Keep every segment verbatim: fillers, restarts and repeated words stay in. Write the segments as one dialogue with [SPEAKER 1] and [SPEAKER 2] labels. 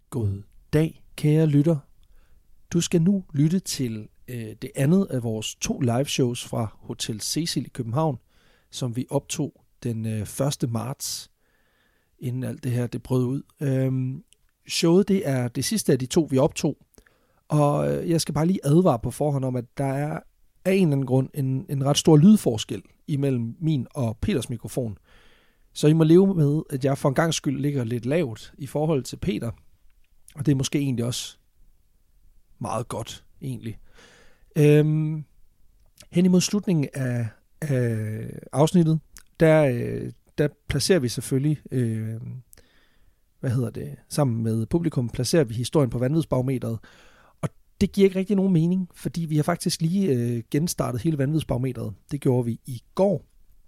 [SPEAKER 1] God dag, kære lytter. Du skal nu lytte til øh, det andet af vores to liveshows fra Hotel Cecil i København, som vi optog den øh, første marts, inden alt det her det brød ud. Øhm, showet det er det sidste af de to, vi optog, og øh, jeg skal bare lige advare på forhånd om, at der er af en eller anden grund en, en ret stor lydforskel imellem min og Peters mikrofon. Så I må leve med, at jeg for en gangs skyld ligger lidt lavt i forhold til Peter. Og det er måske egentlig også meget godt, egentlig. Øhm, hen imod slutningen af, af afsnittet, der, øh, der placerer vi selvfølgelig, øh, hvad hedder det, sammen med publikum, placerer vi historien på vanvidsbarometeret. Og det giver ikke rigtig nogen mening, fordi vi har faktisk lige øh, genstartet hele vanvidsbarometeret. Det gjorde vi i går.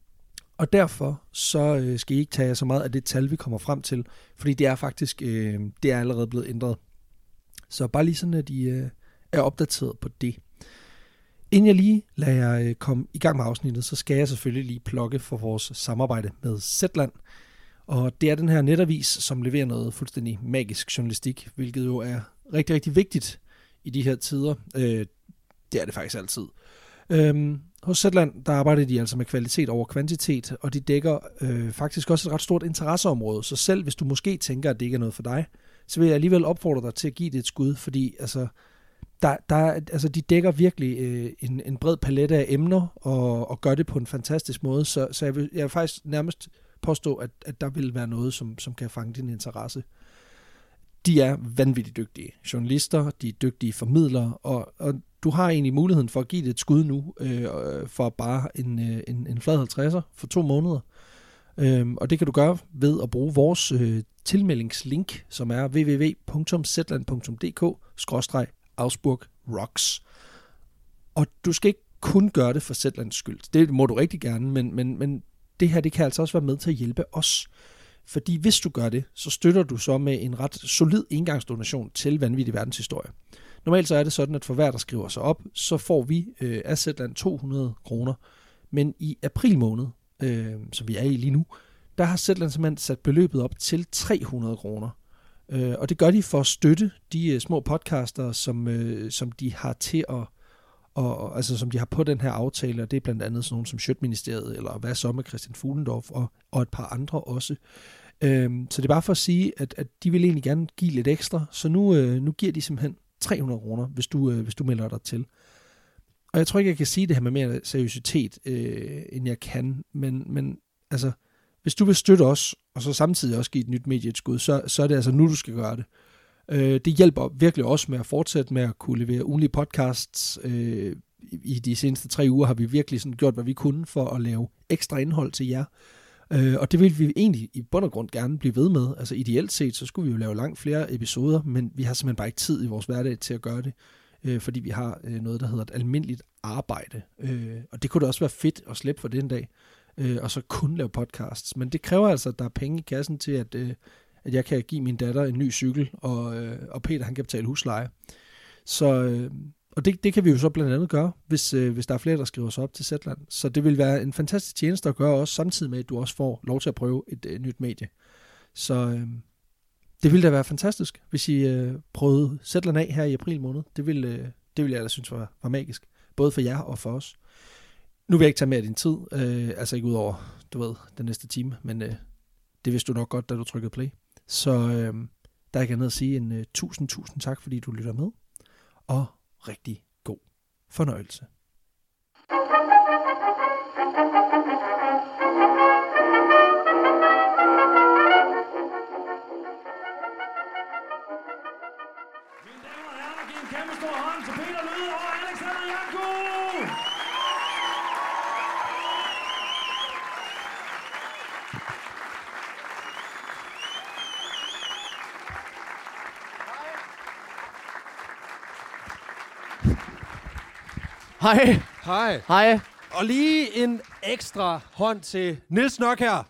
[SPEAKER 1] Og derfor så øh, skal I ikke tage så meget af det tal, vi kommer frem til, fordi det er faktisk øh, det er allerede blevet ændret. Så bare lige sådan, at I øh, er opdateret på det. Inden jeg lige lader jer øh, komme i gang med afsnittet, så skal jeg selvfølgelig lige plukke for vores samarbejde med Zetland. Og det er den her netavis, som leverer noget fuldstændig magisk journalistik, hvilket jo er rigtig, rigtig vigtigt i de her tider. Øh, det er det faktisk altid. Øhm, hos Zetland, der arbejder de altså med kvalitet over kvantitet, og de dækker øh, faktisk også et ret stort interesseområde. Så selv hvis du måske tænker, at det ikke er noget for dig, så vil jeg alligevel opfordre dig til at give det et skud, fordi altså, der, der, altså, de dækker virkelig øh, en, en bred palette af emner, og, og gør det på en fantastisk måde. Så, så jeg, vil, jeg vil faktisk nærmest påstå, at, at der vil være noget, som, som kan fange din interesse. De er vanvittigt dygtige journalister, de er dygtige formidlere, og, og du har egentlig muligheden for at give det et skud nu, øh, for bare en, en, en flad halvtredser for to måneder. Øhm, og det kan du gøre ved at bruge vores øh, tilmeldingslink, som er w w w punktum zetland punktum d k skråstreg Augsburg Rocks. Og du skal ikke kun gøre det for Zetlands skyld. Det må du rigtig gerne, men, men, men det her det kan altså også være med til at hjælpe os. Fordi hvis du gør det, så støtter du så med en ret solid engangsdonation til Vanvittig Verdenshistorie. Normalt så er det sådan, at for hver der skriver sig op, så får vi øh, af Zetland to hundrede kroner. Men i april måned, øh, som vi er i lige nu, der har Zetland simpelthen sat beløbet op til tre hundrede kroner. Øh, og det gør de for at støtte de øh, små podcaster, som, øh, som de har til at, og, altså som de har på den her aftale, og det er blandt andet sådan nogle som Sjøtministeriet, eller Hvad så med Christian Fuglendorf, og, og et par andre også. Øhm, så det er bare for at sige, at, at de vil egentlig gerne give lidt ekstra, så nu, øh, nu giver de simpelthen tre hundrede kroner, hvis du, øh, hvis du melder dig til. Og jeg tror ikke, jeg kan sige det her med mere seriøsitet, øh, end jeg kan, men, men altså, hvis du vil støtte os, og så samtidig også give et nyt medie et skud, så, så er det altså nu, du skal gøre det. Øh, det hjælper virkelig også med at fortsætte med at kunne levere ugenlige podcasts. Øh, I de seneste tre uger har vi virkelig sådan gjort, hvad vi kunne for at lave ekstra indhold til jer. Øh, og det vil vi egentlig i bund og grund gerne blive ved med. Altså ideelt set, så skulle vi jo lave langt flere episoder, men vi har simpelthen bare ikke tid i vores hverdag til at gøre det, øh, fordi vi har øh, noget, der hedder et almindeligt arbejde. Øh, og det kunne da også være fedt at slippe for den dag, øh, og så kun lave podcasts. Men det kræver altså, at der er penge i kassen til, at, øh, at jeg kan give min datter en ny cykel, og, øh, og Peter han kan betale husleje. Så... Øh, Og det, det kan vi jo så blandt andet gøre, hvis, øh, hvis der er flere, der skriver sig op til Zetland. Så det vil være en fantastisk tjeneste at gøre også, samtidig med, at du også får lov til at prøve et øh, nyt medie. Så øh, det ville da være fantastisk, hvis I øh, prøvede Zetland af her i april måned. Det ville, øh, det ville jeg da synes var, var magisk, både for jer og for os. Nu vil jeg ikke tage mere af din tid, øh, altså ikke ud over, du ved, den næste time, men øh, det vidste du nok godt, da du trykkede play. Så øh, der er ikke andet at sige en øh, tusind, tusind tak, fordi du lytter med, og rigtig god fornøjelse.
[SPEAKER 2] Mine damer og herrer, giv en kæmpe stor hånd til Peter Lyde og Alexander Janko!
[SPEAKER 3] Hej.
[SPEAKER 4] Hej.
[SPEAKER 3] Hej.
[SPEAKER 4] Og lige en ekstra hånd til Niels Nok her.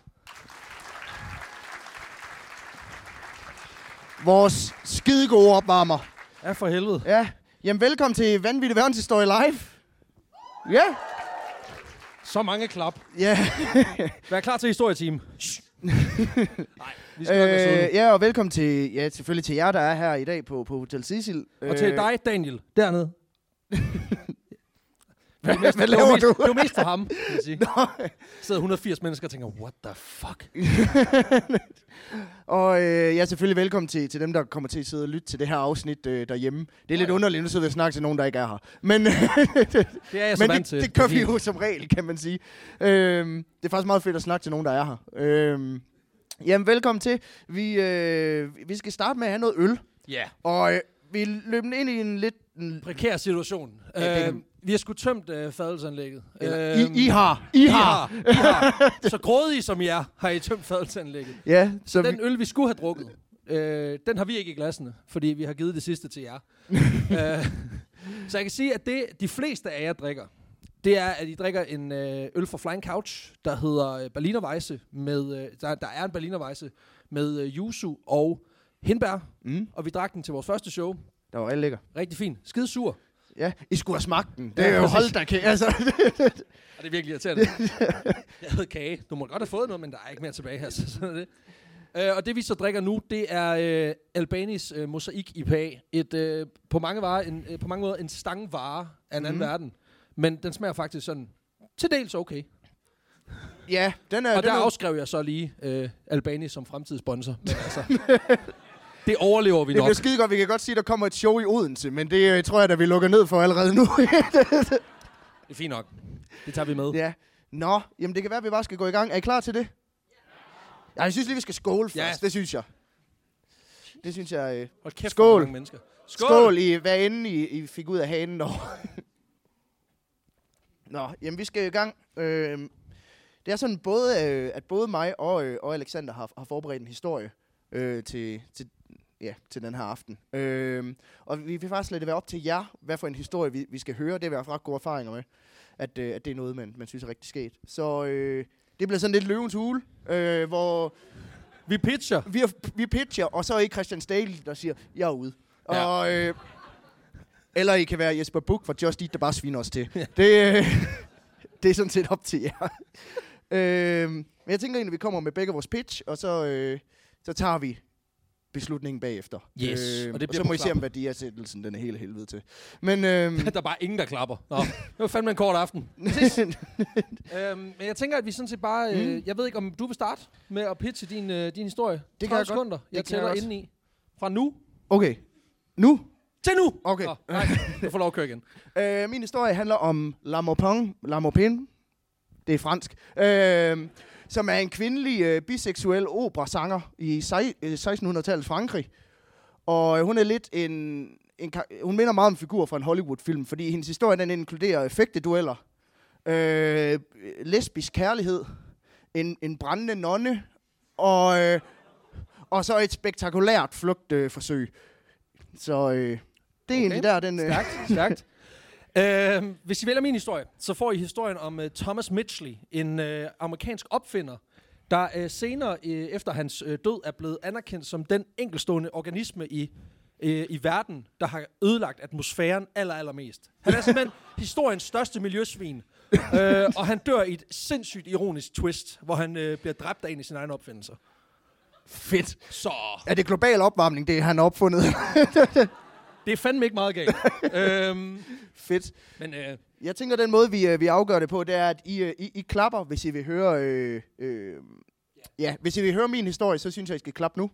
[SPEAKER 3] Vores skide gode opvarmer.
[SPEAKER 4] Ja, for helvede.
[SPEAKER 3] Ja. Jamen, velkommen til Vanvittig Verdenshistorie Live. Ja.
[SPEAKER 4] Så mange klap.
[SPEAKER 3] Ja.
[SPEAKER 4] Vær klar til historieteam. Nej, vi skal øh, være
[SPEAKER 3] Ja, og velkommen til, ja, selvfølgelig til jer, der er her i dag på, på Hotel Cecil.
[SPEAKER 4] Og til dig, Daniel, dernede.
[SPEAKER 3] Hvad,
[SPEAKER 4] mest,
[SPEAKER 3] hvad laver
[SPEAKER 4] mest,
[SPEAKER 3] du?
[SPEAKER 4] Det var mest for ham, kan jeg sige. Der sidder et hundrede og firs mennesker og tænker, what the fuck?
[SPEAKER 3] Og øh, ja, selvfølgelig velkommen til, til dem, der kommer til at sidde og lytte til det her afsnit øh, derhjemme. Det er lidt
[SPEAKER 4] ja.
[SPEAKER 3] underligt, nu sidder vi og snakker til nogen, der ikke er her. Men,
[SPEAKER 4] det er jeg så
[SPEAKER 3] men
[SPEAKER 4] vant
[SPEAKER 3] det,
[SPEAKER 4] til.
[SPEAKER 3] det gør vi jo som regel, kan man sige. Øhm, det er faktisk meget fedt at snakke til nogen, der er her. Øhm, jamen, velkommen til. Vi, øh, vi skal starte med at have noget øl.
[SPEAKER 4] Ja. Yeah.
[SPEAKER 3] Og øh, vi løber ind i en lidt... En
[SPEAKER 4] prekær situation.
[SPEAKER 3] Ja,
[SPEAKER 4] øh,
[SPEAKER 3] kan...
[SPEAKER 4] Vi har sgu tømt øh, fadelsanlægget.
[SPEAKER 3] Eller,
[SPEAKER 4] Øh,
[SPEAKER 3] I, I har. I,
[SPEAKER 4] I
[SPEAKER 3] har.
[SPEAKER 4] har. I har. Så grådige som I er, har I tømt fadelsanlægget.
[SPEAKER 3] Ja, så,
[SPEAKER 4] så den
[SPEAKER 3] vi...
[SPEAKER 4] øl, vi skulle have drukket, øh, den har vi ikke i glassene, fordi vi har givet det sidste til jer. øh, så jeg kan sige, at det, de fleste af jer drikker, det er, at I drikker en øh, øl fra Flying Couch, der hedder Berliner Weisse, med, øh, der, der er en Berliner Weisse med øh, yuzu og hindbær,
[SPEAKER 3] mm.
[SPEAKER 4] og vi drak den til vores første show.
[SPEAKER 3] Der var rigtig lækker.
[SPEAKER 4] Rigtig fint. Skide sur.
[SPEAKER 3] Ja, I skulle have smagt den. Det
[SPEAKER 4] Ja,
[SPEAKER 3] er jo
[SPEAKER 4] præcis.
[SPEAKER 3] hold da kære. Altså.
[SPEAKER 4] Og det er virkelig irriterende. Jeg havde kage. Du må godt have fået noget, men der er ikke mere tilbage her. Så sådan er det. Uh, og det vi så drikker nu, det er uh, Albanis uh, Mosaik I P A. Et, uh, på, mange varer, en, uh, på mange måder en stangvare af en anden
[SPEAKER 3] Mhm.
[SPEAKER 4] verden. Men den smager faktisk sådan til dels okay.
[SPEAKER 3] Ja, den er...
[SPEAKER 4] Og
[SPEAKER 3] den
[SPEAKER 4] der
[SPEAKER 3] er...
[SPEAKER 4] afskrev jeg så lige uh, Albani som fremtidssponsor. Men altså, det overlever vi
[SPEAKER 3] Det
[SPEAKER 4] nok.
[SPEAKER 3] bliver skide godt. Vi kan godt sige, at der kommer et show i Odense, men det øh, tror jeg, at vi lukker ned for allerede nu.
[SPEAKER 4] Det er fint nok. Det tager vi med.
[SPEAKER 3] Ja. Nå, jamen det kan være, at vi bare skal gå i gang. Er I klar til det? Ja, jeg synes lige, vi skal skåle først.
[SPEAKER 4] Ja.
[SPEAKER 3] Det synes jeg. Det synes jeg... Øh...
[SPEAKER 4] Hold kæft,
[SPEAKER 3] Skål.
[SPEAKER 4] for mange mennesker.
[SPEAKER 3] Skål. Skål i hvad enden I, I fik ud af hanen over. Nå, jamen vi skal i gang. Øh, det er sådan både, øh, at både mig og, øh, og Alexander har, har forberedt en historie øh, til, til, ja, til den her aften. Øh, og vi vil faktisk lade det være op til jer, hvad for en historie vi, vi skal høre. Det har vi haft ret gode erfaringer med, at, øh, at det er noget, man, man synes er rigtig sket. Så øh, det bliver sådan lidt løvens hule, øh, hvor...
[SPEAKER 4] Vi pitcher.
[SPEAKER 3] Vi, er, vi pitcher, og så er I Christian Stale, der siger, jeg er ude.
[SPEAKER 4] Ja.
[SPEAKER 3] Og, øh, eller I kan være Jesper Buch fra Just Eat, der bare sviner os til. Ja. Det, øh, det er sådan set op til jer. øh, men jeg tænker egentlig, at vi kommer med begge vores pitch, og så, øh, så tager vi beslutningen bagefter.
[SPEAKER 4] Yes,
[SPEAKER 3] øh,
[SPEAKER 4] og det
[SPEAKER 3] og
[SPEAKER 4] bliver
[SPEAKER 3] så må
[SPEAKER 4] på
[SPEAKER 3] I se,
[SPEAKER 4] klap.
[SPEAKER 3] om værdisættelsen den er helt helvede til. Men, øh,
[SPEAKER 4] Der er bare ingen, der klapper. Nå, det var fandme en kort aften. øhm, men jeg tænker, at vi sådan set bare... Øh,
[SPEAKER 3] Mm.
[SPEAKER 4] Jeg ved ikke, om du vil starte med at pitche din, øh, din historie.
[SPEAKER 3] kan
[SPEAKER 4] tredive
[SPEAKER 3] jeg godt.
[SPEAKER 4] sekunder. Jeg
[SPEAKER 3] Det kan
[SPEAKER 4] tæller
[SPEAKER 3] jeg godt.
[SPEAKER 4] indeni. Fra nu
[SPEAKER 3] okay, nu?
[SPEAKER 4] til nu!
[SPEAKER 3] Okay.
[SPEAKER 4] Nå, nej, du får lov at køre igen.
[SPEAKER 3] Øh, min historie handler om La Maupin. La Maupin. Det er fransk. Øh, som er en kvindelig øh, biseksuel operasanger i sej- øh, sekstenhundredetallet Frankrig. Og øh, hun er lidt en, en... Hun minder meget om en figur fra en Hollywood-film, fordi hendes historie den inkluderer fægtedueller, øh, lesbisk kærlighed, en, en brændende nonne, og, øh, og så et spektakulært flugtforsøg. Øh, så øh, det er okay. egentlig der, den... Øh,
[SPEAKER 4] Stærkt, stærkt. Øh, hvis I vælger min historie, så får I historien om uh, Thomas Mitchell, en uh, amerikansk opfinder, der uh, senere uh, efter hans uh, død er blevet anerkendt som den enkeltstående organisme i, uh, i verden, der har ødelagt atmosfæren aller, allermest. Han er simpelthen historiens største miljøsvin, uh, og han dør i et sindssygt ironisk twist, hvor han uh, bliver dræbt af en af sine egne opfindelser.
[SPEAKER 3] fedt.
[SPEAKER 4] Så
[SPEAKER 3] Er det global opvarmning, det han har opfundet?
[SPEAKER 4] det er fandme ikke meget galt. øhm,
[SPEAKER 3] Fedt.
[SPEAKER 4] men øh,
[SPEAKER 3] Jeg tænker, den måde, vi, øh, vi afgør det på, det er, at I, øh, I, I klapper, hvis I vil høre... Øh, øh, ja, hvis I vil høre min historie, så synes jeg, I skal klappe nu.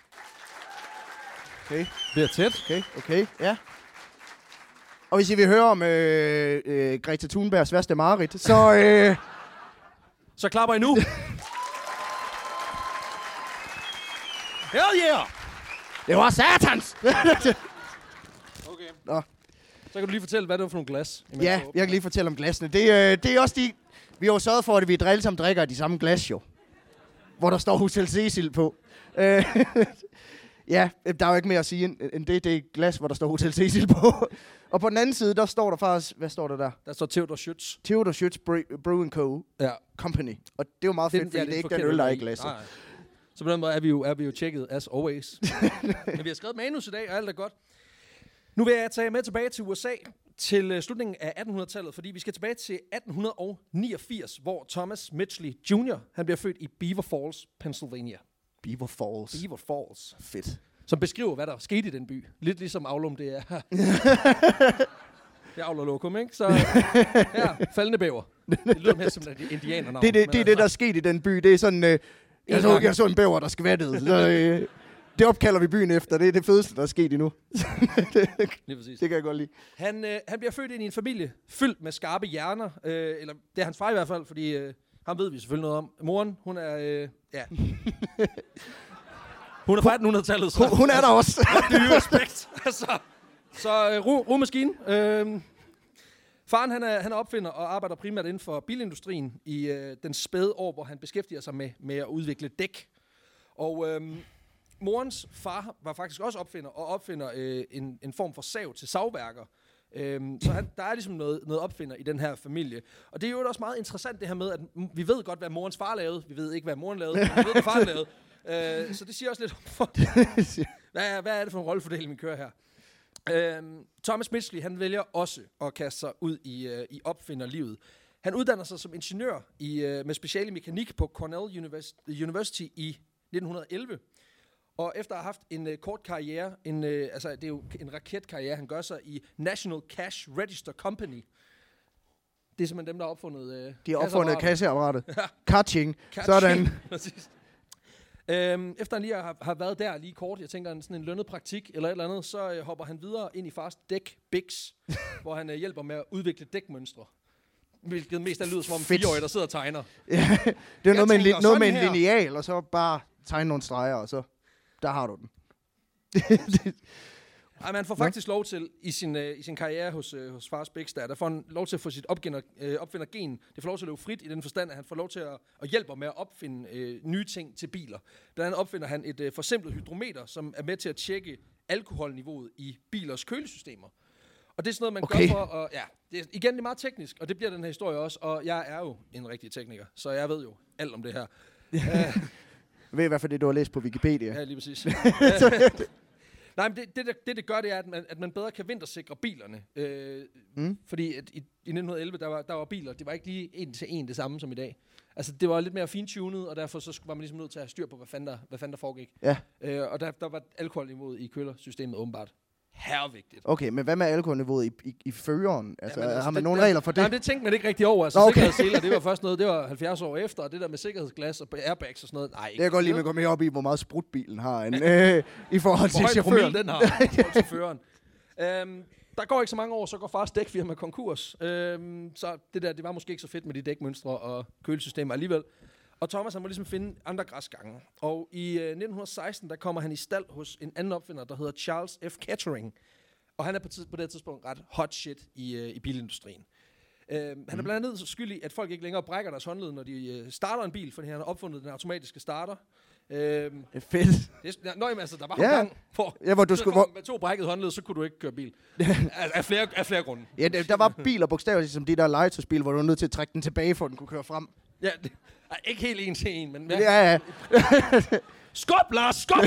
[SPEAKER 3] Okay,
[SPEAKER 4] det er tæt.
[SPEAKER 3] okay, okay, ja. Og hvis I vil høre om øh, øh, Greta Thunbergs værste mareridt, så... Øh,
[SPEAKER 4] Så klapper I nu. Hell yeah!
[SPEAKER 3] det var satans!
[SPEAKER 4] Okay.
[SPEAKER 3] Nå.
[SPEAKER 4] Så kan du lige fortælle, hvad det var for nogle glas. imens
[SPEAKER 3] Ja,
[SPEAKER 4] du åbner.
[SPEAKER 3] jeg kan lige fortælle om glasene. Det, øh, det er også de... Vi har jo sørget for, at vi alle sammen drikker af de samme glas, jo. Hvor der står Hotel Cecil på. Øh, ja, der er jo ikke mere at sige end, end det. Det er et glas, hvor der står Hotel Cecil på. Og på den anden side, der står der faktisk... Hvad står der der?
[SPEAKER 4] Der står Theodor Schütz.
[SPEAKER 3] Theodor Schütz Bre- Brewing Co.
[SPEAKER 4] Ja.
[SPEAKER 3] Company. Og det er jo meget fedt, fordi
[SPEAKER 4] ja,
[SPEAKER 3] det er ikke
[SPEAKER 4] forkert
[SPEAKER 3] den øl, der er i
[SPEAKER 4] i.
[SPEAKER 3] glasset.
[SPEAKER 4] Nej, nej. Så på den måde er vi jo, er vi jo tjekket as always. Men vi har skrevet manus i dag, og alt er godt. Nu vil jeg tage med tilbage til U S A til øh, slutningen af attenhundredetallet, fordi vi skal tilbage til atten niogfirs, hvor Thomas Mitchell junior han bliver født i Beaver Falls, Pennsylvania.
[SPEAKER 3] Beaver Falls.
[SPEAKER 4] Beaver Falls.
[SPEAKER 3] Fedt.
[SPEAKER 4] Som beskriver, hvad der skete i den by. Lidt ligesom Aulum, det er her. Det er Aula Lokum, ikke? Så her, faldende bæver. Det lyder mere som et indianernavn.
[SPEAKER 3] Det er det, det, det,
[SPEAKER 4] altså,
[SPEAKER 3] der er sket i den by. Det er sådan, øh, jeg, så, jeg så en bæver, der skvattede. Så, øh, det opkalder vi byen efter. Det er det fedeste, der er sket endnu.
[SPEAKER 4] Lige præcis.
[SPEAKER 3] Det kan jeg godt lide.
[SPEAKER 4] Han, øh, han bliver født ind i en familie fyldt med skarpe hjerner. Øh, eller det er hans far i hvert fald, fordi øh, ham ved vi selvfølgelig noget om. Moren, hun er... Øh, ja. Hun er fra attenhundredetallet, så...
[SPEAKER 3] Hun, hun er der også.
[SPEAKER 4] Dyre respekt. Altså, så øh, ro, romaskine. Øh, faren, han er, han er opfinder og arbejder primært inden for bilindustrien i øh, den spæde år, hvor han beskæftiger sig med, med at udvikle dæk. Og øh, morens far var faktisk også opfinder, og opfinder øh, en, en form for sav til savværker. Øhm, så han, der er ligesom noget, noget opfinder i den her familie. Og det er jo også meget interessant det her med, at vi ved godt, hvad morens far lavede. Vi ved ikke, hvad moren lavede, men vi ved, hvad faren lavede. Øh, så det siger også lidt om, for, hvad, er, hvad er det for en rollefordeling, vi kører her. Øhm, Thomas Mitchell, han vælger også at kaste sig ud i, øh, i opfinderlivet. Han uddanner sig som ingeniør i, øh, med speciale i mekanik på Cornell Univers- University i nitten elleve. Og efter at have haft en øh, kort karriere, en, øh, altså det er jo en raketkarriere, han gør sig i National Cash Register Company. Det er simpelthen dem, der har opfundet øh,
[SPEAKER 3] De har opfundet kasseapparatet.
[SPEAKER 4] Ja.
[SPEAKER 3] Catching. Sådan.
[SPEAKER 4] Præcis. Øhm, efter han lige har, har været der lige kort, jeg tænker en, sådan en lønnet praktik eller et eller andet, så øh, hopper han videre ind i Fast Dæk Bix, hvor han øh, hjælper med at udvikle dækmønstre. Hvilket mest af lyder som om en fireårig, der sidder og tegner.
[SPEAKER 3] Ja, det er noget med, en,
[SPEAKER 4] tænker,
[SPEAKER 3] noget med en
[SPEAKER 4] sådan her.
[SPEAKER 3] lineal, og så bare tegne nogle streger, og så der har du den.
[SPEAKER 4] Ej, man får faktisk lov til, i sin, øh, i sin karriere hos, øh, hos Fars Bix, der, der får han lov til at få sit opfinder, øh, opfindergen. Det får lov til at løbe frit i den forstand, at han får lov til at, at hjælpe med at opfinde øh, nye ting til biler. Blandt andet opfinder han et øh, forsimplet hydrometer, som er med til at tjekke alkoholniveauet i bilers kølesystemer. Og det er sådan noget, man
[SPEAKER 3] Okay.
[SPEAKER 4] gør for at... Ja, det er, igen, det er meget teknisk, og det bliver den her historie også. Og jeg er jo en rigtig tekniker, så jeg ved jo alt om det her. uh,
[SPEAKER 3] Jeg ved i hvert fald det, du har læst på Wikipedia.
[SPEAKER 4] ja, lige præcis. Nej, men det, det, det, det, det gør, det er, at man, at man bedre kan vintersikre bilerne. Øh,
[SPEAKER 3] Mm.
[SPEAKER 4] Fordi at i, i nitten elleve, der var, der var biler, det var ikke lige en til en det samme som i dag. Altså, det var lidt mere fintunet, og derfor så skulle- var man ligesom nødt til at have styr på, hvad fanden der, hvad fanden der foregik.
[SPEAKER 3] Ja.
[SPEAKER 4] Øh, og der, der var alkoholniveauet i kølersystemet åbenbart hervigtigt.
[SPEAKER 3] Okay, men hvad med alkoholniveauet i, i, i føreren? Altså,
[SPEAKER 4] Jamen,
[SPEAKER 3] har man
[SPEAKER 4] det,
[SPEAKER 3] nogle
[SPEAKER 4] det,
[SPEAKER 3] regler for det?
[SPEAKER 4] Nej, det tænkte man ikke rigtig over. Altså,
[SPEAKER 3] Okay.
[SPEAKER 4] okay. Sikkerhedsseler, det var først noget, det var halvfjerds år efter, og det der med sikkerhedsglas og airbags og sådan noget. Nej, ikke.
[SPEAKER 3] Det kan godt lide, at man går mere op i, hvor meget sprutbilen har, end, øh, i forhold
[SPEAKER 4] Hvor
[SPEAKER 3] til
[SPEAKER 4] høj
[SPEAKER 3] chaufføren.
[SPEAKER 4] promille den har i forhold til føreren. Øhm, der går ikke så mange år, så går Fars dækfirma konkurs. Øhm, så det der, det var måske ikke så fedt med de dækmønstre og kølesystemer alligevel. Og Thomas, han må ligesom finde andre græsgange. Og i øh, nitten seksten, der kommer han i stald hos en anden opfinder, der hedder Charles F. Kettering. Og han er på, tid, på det tidspunkt ret hot shit i, øh, i bilindustrien. Uh, han mm. er blandt andet skyld i, at folk ikke længere brækker deres håndled, når de uh, starter en bil, fordi han har opfundet den automatiske starter. Uh,
[SPEAKER 3] Det er fedt.
[SPEAKER 4] det er, nøj, men altså, der var
[SPEAKER 3] Ja.
[SPEAKER 4] en gang, hvor,
[SPEAKER 3] Ja, hvor du
[SPEAKER 4] så
[SPEAKER 3] skulle-
[SPEAKER 4] kom
[SPEAKER 3] hvor-
[SPEAKER 4] med to brækkede håndled, så kunne du ikke køre bil. af, af, flere, af flere grunde.
[SPEAKER 3] Ja, der, der var biler bogstaveligt som de der legetøjsbil, hvor du var nødt til at trække den tilbage, for at den kunne køre frem.
[SPEAKER 4] Ja, det, er ikke helt en til en, men... Ja.
[SPEAKER 3] Ja, ja.
[SPEAKER 4] Skub, Lars, skub!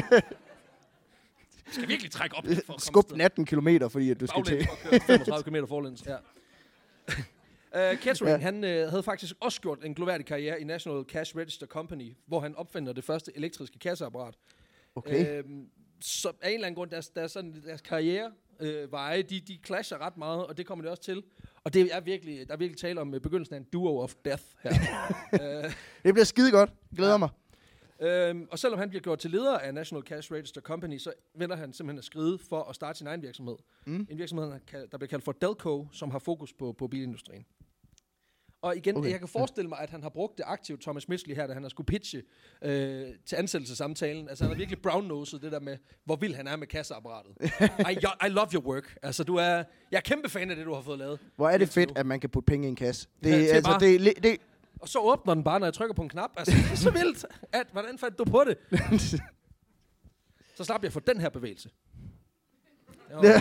[SPEAKER 4] Du skal virkelig trække op. For at komme
[SPEAKER 3] Skub
[SPEAKER 4] afsted.
[SPEAKER 3] den atten kilometer, fordi at du skal
[SPEAKER 4] Baglæns
[SPEAKER 3] til.
[SPEAKER 4] for at køre femogtredive kilometer forlæns, ja. Uh, Kettering,
[SPEAKER 3] Ja.
[SPEAKER 4] ja. han uh, havde faktisk også gjort en gloværdig karriere i National Cash Register Company, hvor han opfinder det første elektriske kasseapparat.
[SPEAKER 3] Okay.
[SPEAKER 4] Uh, så af en eller anden grund, deres, deres, sådan, deres karriere øh, veje, de, de clasher ret meget, og det kommer det også til. Og det er virkelig, der er virkelig tale om uh, begyndelsen af en duo of death her. uh,
[SPEAKER 3] Det bliver skide godt. Glæder
[SPEAKER 4] Ja.
[SPEAKER 3] mig.
[SPEAKER 4] Øhm, og selvom han bliver gjort til leder af National Cash Register Company, så vender han simpelthen at skride for at starte sin egen virksomhed.
[SPEAKER 3] Mm.
[SPEAKER 4] En virksomhed, der kal- der bliver kaldt for Delco, som har fokus på, på bilindustrien. Og igen,
[SPEAKER 3] Okay.
[SPEAKER 4] okay. jeg kan forestille mig, at han har brugt det aktivt, Thomas Mitchell her, da han har skulle pitche øh, til ansættelsessamtalen. Altså han har virkelig brown-noset det der med, hvor vild han er med kasseapparatet. I, I love your work. Altså du er, jeg er kæmpe fan af det, du har fået lavet.
[SPEAKER 3] Hvor er det
[SPEAKER 4] Indtil
[SPEAKER 3] fedt,
[SPEAKER 4] nu.
[SPEAKER 3] at man kan putte penge i en kasse. Det,
[SPEAKER 4] Ja, det er
[SPEAKER 3] altså,
[SPEAKER 4] bare-
[SPEAKER 3] det, er li- det,
[SPEAKER 4] Og så åbner den bare, når jeg trykker på en knap. Altså det er så vildt. At, hvordan fandt du på det? Så slap jeg for den her bevægelse. Ja.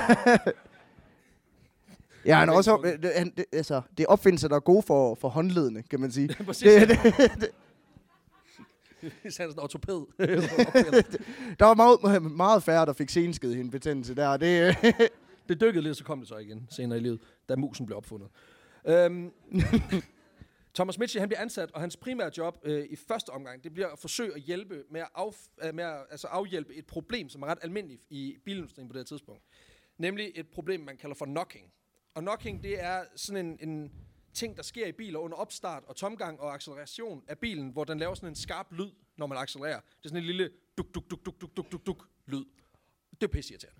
[SPEAKER 3] ja, han er også, det, han, det, altså, det er opfindelser, der er gode for, for håndledene, kan man sige.
[SPEAKER 4] Præcis.
[SPEAKER 3] Det, det,
[SPEAKER 4] Hvis han er sådan en ortopæd.
[SPEAKER 3] der var meget, meget færre, der fik senskede i en betændelse der. Det,
[SPEAKER 4] det dykkede lidt, så kom det så igen senere i livet, da musen blev opfundet. Øhm, Thomas Mitchell, han bliver ansat, og hans primære job øh, i første omgang, det bliver at forsøge at hjælpe med at, af, øh, med at altså afhjælpe et problem, som er ret almindeligt i bilindustrien på det her tidspunkt. Nemlig et problem, man kalder for knocking. Og knocking, det er sådan en, en ting, der sker i biler under opstart og tomgang og acceleration af bilen, hvor den laver sådan en skarp lyd, når man accelererer. Det er sådan en lille duk, duk, duk, duk, duk, duk, duk, duk lyd. Det er pisseirriterende.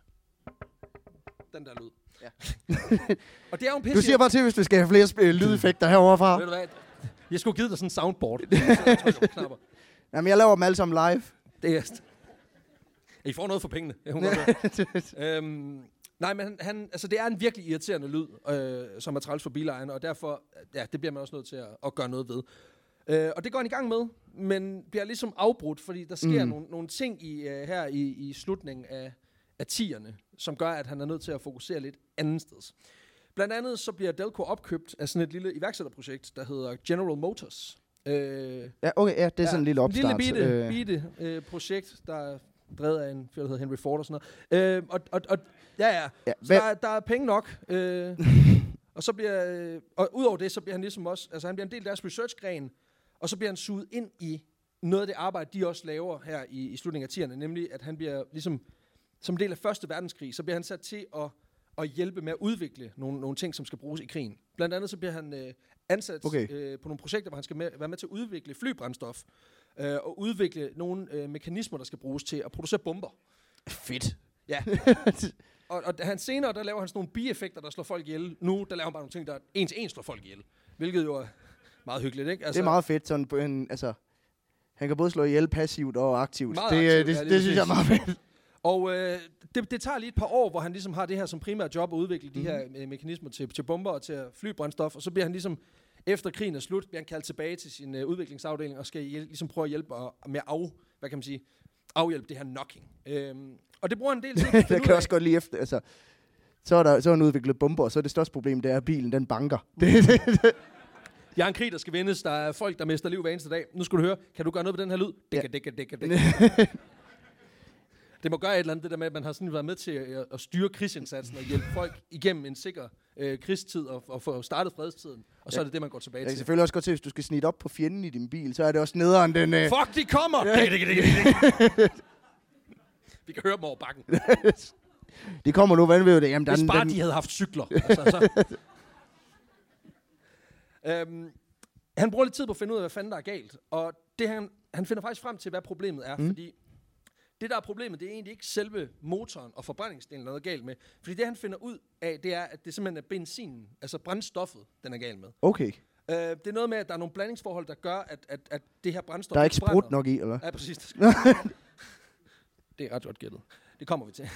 [SPEAKER 4] Den der lyd.
[SPEAKER 3] Ja.
[SPEAKER 4] Og det er jo en pisse.
[SPEAKER 3] Du siger bare til, hvis du skal have flere sp- lydeffekter herovre fra.
[SPEAKER 4] Ved du hvad? Jeg skulle give dig sådan en soundboard. Så
[SPEAKER 3] Jamen, jeg laver dem alle sammen live.
[SPEAKER 4] det er... I får noget for pengene. øhm, nej, men han, han, altså, det er en virkelig irriterende lyd, øh, som er træls for bilejerne, og derfor, ja, det bliver man også nødt til at, at gøre noget ved. Øh, og det går han i gang med, men bliver ligesom afbrudt, fordi der sker mm. nogle, nogle ting i, uh, her i, i slutningen af, af tierne, som gør, at han er nødt til at fokusere lidt andet sted. Blandt andet så bliver Delco opkøbt af sådan et lille iværksætterprojekt, der hedder General Motors. Øh,
[SPEAKER 3] Ja, okay, ja, det er ja, sådan en lille opstart.
[SPEAKER 4] En lille bitte,
[SPEAKER 3] øh.
[SPEAKER 4] bitte øh, projekt, der er drevet af en fyr, der hedder Henry Ford og sådan noget. Øh, og, og, og, ja, ja,
[SPEAKER 3] Ja,
[SPEAKER 4] så
[SPEAKER 3] hvad-
[SPEAKER 4] der, der er penge nok. Øh, og så bliver, øh, og udover det, så bliver han ligesom også, altså han bliver en del af deres researchgren, og så bliver han suget ind i noget af det arbejde, de også laver her i, i slutningen af tierne, nemlig at han bliver ligesom, som en del af første verdenskrig, så bliver han sat til at, at hjælpe med at udvikle nogle, nogle ting, som skal bruges i krigen. Blandt andet så bliver han øh, ansat
[SPEAKER 3] Okay.
[SPEAKER 4] øh, på nogle projekter, hvor han skal med, være med til at udvikle flybrændstof, øh, og udvikle nogle øh, mekanismer, der skal bruges til at producere bomber.
[SPEAKER 3] Fedt.
[SPEAKER 4] Ja. og, og han senere, der laver han sådan nogle bieffekter, der slår folk ihjel. Nu, der laver han bare nogle ting, der en til en slår folk ihjel. Hvilket jo er meget hyggeligt, ikke? Altså,
[SPEAKER 3] Det er meget fedt. Sådan, på en, altså, han kan både slå ihjel passivt og aktivt.
[SPEAKER 4] Meget
[SPEAKER 3] det,
[SPEAKER 4] aktivt,
[SPEAKER 3] det,
[SPEAKER 4] ja,
[SPEAKER 3] det,
[SPEAKER 4] lige
[SPEAKER 3] det synes jeg er meget fedt.
[SPEAKER 4] Og øh, det, det tager lige et par år, hvor han ligesom har det her som primært job at udvikle de
[SPEAKER 3] Mhm.
[SPEAKER 4] her øh, mekanismer til, til bomber og til flybrændstof. Og så bliver han ligesom, efter krigen er slut, bliver han kaldt tilbage til sin øh, udviklingsafdeling og skal hjæl- ligesom prøve at hjælpe og, med at af, hvad kan man sige, afhjælpe det her knocking. Øhm, og det bruger han en del tid på at
[SPEAKER 3] Jeg
[SPEAKER 4] finde
[SPEAKER 3] kan
[SPEAKER 4] ud
[SPEAKER 3] også
[SPEAKER 4] af.
[SPEAKER 3] godt lide efter, altså, så er der så er han udviklet bomber, og så er det største problem, det er, at bilen den banker. Det, det, det.
[SPEAKER 4] Jeg har en krig, der skal vindes. Der er folk, der mister liv hver eneste dag. Nu skal du høre, kan du gøre noget ved den her lyd? Dække, dække, dække, dække. Det må gøre et eller andet, det der med, at man har sådan været med til at, at styre krigsindsatsen og hjælpe folk igennem en sikker øh, krigstid og, og få startet fredstiden. Og så
[SPEAKER 3] Ja.
[SPEAKER 4] er det det, man går tilbage
[SPEAKER 3] Jeg kan
[SPEAKER 4] til.
[SPEAKER 3] selvfølgelig også godt til, hvis du skal snitte op på fjenden i din bil, så er det også nederen den... Øh,
[SPEAKER 4] Fuck, de kommer! Dække, dække, dække, dække. Vi kan høre dem over bakken.
[SPEAKER 3] de kommer nu, hvad ved det? Jamen,
[SPEAKER 4] Hvis
[SPEAKER 3] den,
[SPEAKER 4] bare
[SPEAKER 3] den,
[SPEAKER 4] de havde haft cykler. Altså, så. øhm, han bruger lidt tid på at finde ud af, hvad fanden der er galt. Og det, han, han finder faktisk frem til, hvad problemet er. Mm. Fordi det, der er problemet, det er egentlig ikke selve motoren og forbrændingsdelen, der er noget galt med. Fordi det, han finder ud af, det er, at det simpelthen er benzinen, altså brændstoffet, den er gal med.
[SPEAKER 3] Okay.
[SPEAKER 4] Øh, det er noget med, at der er nogle blandingsforhold, der gør, at, at, at det her brændstof...
[SPEAKER 3] Der er ikke
[SPEAKER 4] brænder.
[SPEAKER 3] sprut nok i, eller?
[SPEAKER 4] Ja, præcis. Det, skal det er ret godt gættet. Det kommer vi til.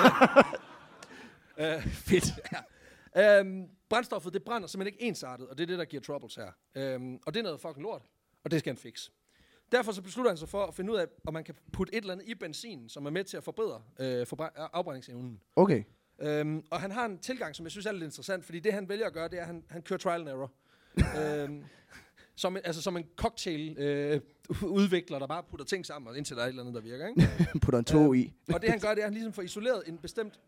[SPEAKER 4] øh, fedt. Ja. Øhm, brændstoffet, det brænder simpelthen ikke ensartet, og det er det, der giver troubles her. Øhm, og det er noget fucking lort, og det skal han fikse. Derfor så beslutter han sig for at finde ud af, om man kan putte et eller andet i benzin, som er med til at forbedre øh, forbræ- afbrændingsevnen.
[SPEAKER 3] Okay.
[SPEAKER 4] Øhm, og han har en tilgang, som jeg synes er lidt interessant, fordi det, han vælger at gøre, det er, at han, han kører trial and error. øhm, som, en- altså som en cocktail-udvikler, øh, der bare putter ting sammen, indtil der er et eller andet, der virker. Ikke?
[SPEAKER 3] Putter en tog
[SPEAKER 4] Øhm,
[SPEAKER 3] i.
[SPEAKER 4] Og det, han gør, det er, at han ligesom får isoleret en bestemt...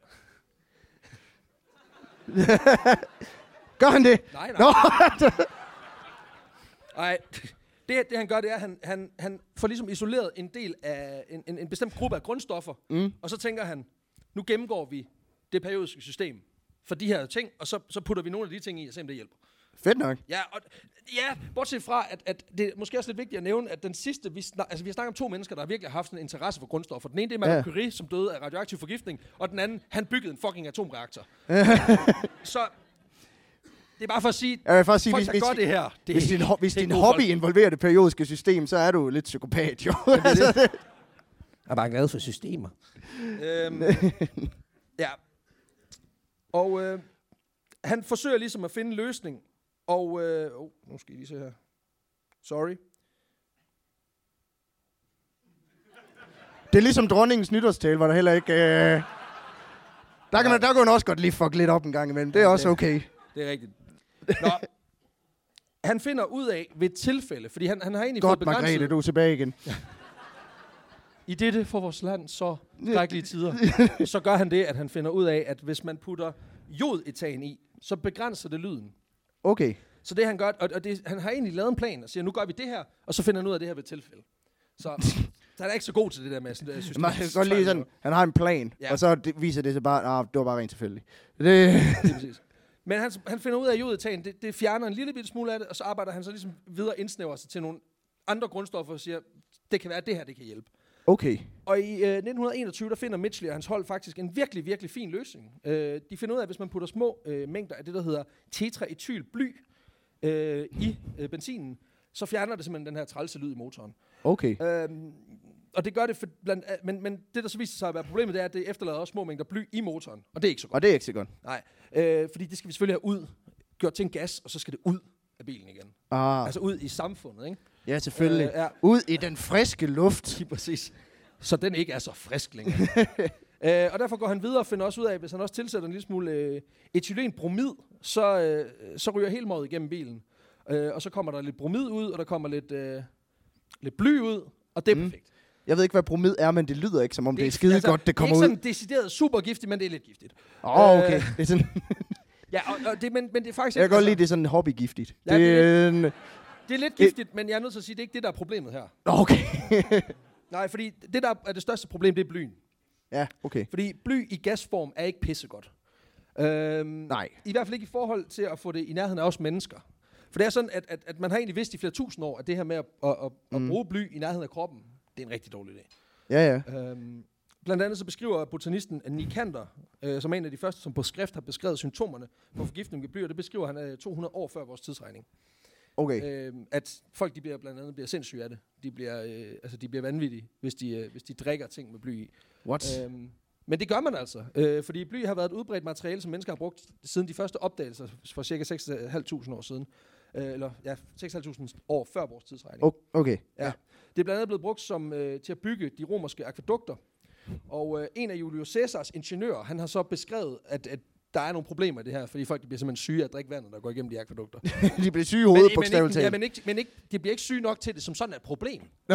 [SPEAKER 3] Gør han det?
[SPEAKER 4] Nej, nej.
[SPEAKER 3] Nå.
[SPEAKER 4] Nej, det, det han gør, det er, at han, han, han får ligesom isoleret en del af en, en, en bestemt gruppe af grundstoffer,
[SPEAKER 3] Mm.
[SPEAKER 4] og så tænker han, nu gennemgår vi det periodiske system for de her ting, og så, så putter vi nogle af de ting i, og ser om det hjælper.
[SPEAKER 3] Fedt nok.
[SPEAKER 4] Ja, og, ja, bortset fra, at, at det er måske også lidt vigtigt at nævne, at den sidste, vi, snak, altså, vi har snakket om to mennesker, der virkelig har haft sådan en interesse for grundstoffer. Den ene, det er Marie
[SPEAKER 3] Ja.
[SPEAKER 4] Curie, som døde af radioaktiv forgiftning, og den anden, han byggede en fucking atomreaktor. Så det er bare for at sige,
[SPEAKER 3] Jeg vil faktisk sige,
[SPEAKER 4] folk,
[SPEAKER 3] hvis,
[SPEAKER 4] der
[SPEAKER 3] hvis,
[SPEAKER 4] gør det her, det
[SPEAKER 3] hvis din, ho- hvis
[SPEAKER 4] det er
[SPEAKER 3] din
[SPEAKER 4] gode
[SPEAKER 3] hobby
[SPEAKER 4] folk.
[SPEAKER 3] involverer det periodiske system, så er du lidt psykopat, jo. Altså,
[SPEAKER 4] Jeg er bare glad for systemer. øhm, ja. Og øh, han forsøger ligesom at finde en løsning. Og... Øh, oh, nu skal I lige se her. Sorry.
[SPEAKER 3] Det er ligesom dronningens nytårstale, hvor der heller ikke... Øh... Der, kan man, der kan man også godt lige fuck lidt op en gang imellem. Det er
[SPEAKER 4] Ja,
[SPEAKER 3] også
[SPEAKER 4] det-
[SPEAKER 3] okay.
[SPEAKER 4] Det er rigtigt. Nå. Han finder ud af ved et tilfælde, fordi han, han har egentlig
[SPEAKER 3] Godt,
[SPEAKER 4] fået begrænset...
[SPEAKER 3] Margrethe, du er tilbage igen.
[SPEAKER 4] I dette for vores land så skrækkelige tider, så gør han det, at han finder ud af, at hvis man putter jodetan i, så begrænser det lyden.
[SPEAKER 3] Okay.
[SPEAKER 4] Så det han gør, og, og det, han har egentlig lavet en plan og siger, nu gør vi det her, og så finder han ud af det her ved tilfælde. Så han er ikke så god til det der med sådan, synes,
[SPEAKER 3] Man kan godt lide sådan, han har en plan,
[SPEAKER 4] Ja.
[SPEAKER 3] og så det, viser det sig bare, ah, det var bare rent tilfældigt. Det,
[SPEAKER 4] Det er præcis. Men han, han finder ud af, at jodetan, det, det fjerner en lille bitte smule af det, og så arbejder han så ligesom videre indsnæver sig til nogle andre grundstoffer og siger, det kan være, at det her det kan hjælpe.
[SPEAKER 3] okay.
[SPEAKER 4] Og i øh, nitten enogtyve, der finder Mitchley og hans hold faktisk en virkelig, virkelig fin løsning. Øh, de finder ud af, at hvis man putter små øh, mængder af det, der hedder tetraetylbly øh, i øh, benzinen, så fjerner det simpelthen den her trælse lyd i motoren.
[SPEAKER 3] Okay.
[SPEAKER 4] Øhm, og det gør det, for blandt, men, men det, der så viser sig at være problemet, det er, at det efterlader også små mængder bly i motoren. Og det er ikke så godt.
[SPEAKER 3] Og det er ikke så godt.
[SPEAKER 4] Nej, øh, fordi det skal vi selvfølgelig have ud, gjort til en gas, og så skal det ud af bilen igen.
[SPEAKER 3] Ah,
[SPEAKER 4] Altså ud i samfundet, ikke?
[SPEAKER 3] ja, selvfølgelig.
[SPEAKER 4] Øh, ja.
[SPEAKER 3] Ud i den friske luft.
[SPEAKER 4] Lige præcis. Så den ikke er så frisk længere. øh, og derfor går han videre og finder også ud af, at hvis han også tilsætter en lille smule øh, etylenbromid, så, øh, så ryger hele mådet igennem bilen. Øh, og så kommer der lidt bromid ud, og der kommer lidt, øh, lidt bly ud, og det er
[SPEAKER 3] Mm.
[SPEAKER 4] perfekt.
[SPEAKER 3] Jeg ved ikke, hvad bromid er, men det lyder ikke, som om det, det er skide godt, det kommer
[SPEAKER 4] Det
[SPEAKER 3] ud.
[SPEAKER 4] er ikke sådan decideret super giftigt, men det er lidt giftigt.
[SPEAKER 3] Åh, oh, okay.
[SPEAKER 4] Øh,
[SPEAKER 3] Det er sådan,
[SPEAKER 4] Ja, og, og det, men, men det er faktisk
[SPEAKER 3] jeg kan
[SPEAKER 4] ikke...
[SPEAKER 3] godt lide, det er sådan hobbygiftigt.
[SPEAKER 4] Ja, det er
[SPEAKER 3] en,
[SPEAKER 4] Det er lidt giftigt, men jeg er nødt til at sige, at det er ikke det, der er problemet her.
[SPEAKER 3] okay.
[SPEAKER 4] Nej, fordi det, der er det største problem, det er blyen.
[SPEAKER 3] Ja, okay.
[SPEAKER 4] Fordi bly i gasform er ikke pissegodt. Øhm,
[SPEAKER 3] Nej.
[SPEAKER 4] I hvert fald ikke i forhold til at få det i nærheden af os mennesker. For det er sådan, at, at, at man har egentlig vidst i flere tusind år, at det her med at, at, at, at
[SPEAKER 3] Mm.
[SPEAKER 4] bruge bly i nærheden af kroppen, det er en rigtig dårlig idé.
[SPEAKER 3] Ja, ja.
[SPEAKER 4] Øhm, blandt andet så beskriver botanisten Nikander, øh, som er en af de første, som på skrift har beskrevet symptomerne på forgiftning med bly, og det beskriver han øh, to hundrede år før vores tidsregning.
[SPEAKER 3] Okay.
[SPEAKER 4] Øh, at folk de bliver blandt andet bliver sindssyge af det. De bliver, øh, altså, de bliver vanvittige, hvis de, øh, hvis de drikker ting med bly i.
[SPEAKER 3] What?
[SPEAKER 4] Øhm, men det gør man altså, øh, fordi bly har været et udbredt materiale, som mennesker har brugt siden de første opdagelser for cirka seks tusind fem hundrede år siden. Øh, eller ja, seks tusind fem hundrede år før vores tidsregning.
[SPEAKER 3] O- okay.
[SPEAKER 4] Ja.
[SPEAKER 3] Ja.
[SPEAKER 4] Det er blandt andet blevet brugt som, øh, til at bygge de romerske akvædukter. Og øh, en af Julius Caesars ingeniører, han har så beskrevet, at, at der er nogle problemer i det her, fordi folk de bliver simpelthen syge af at drikke vandet, der går igennem de akvædukter.
[SPEAKER 3] De bliver syge i hovedet,
[SPEAKER 4] men,
[SPEAKER 3] bogstaveligt
[SPEAKER 4] ikke, ja,
[SPEAKER 3] talt.
[SPEAKER 4] men, ikke, men ikke, de bliver ikke syge nok til det, som sådan er et problem. øh,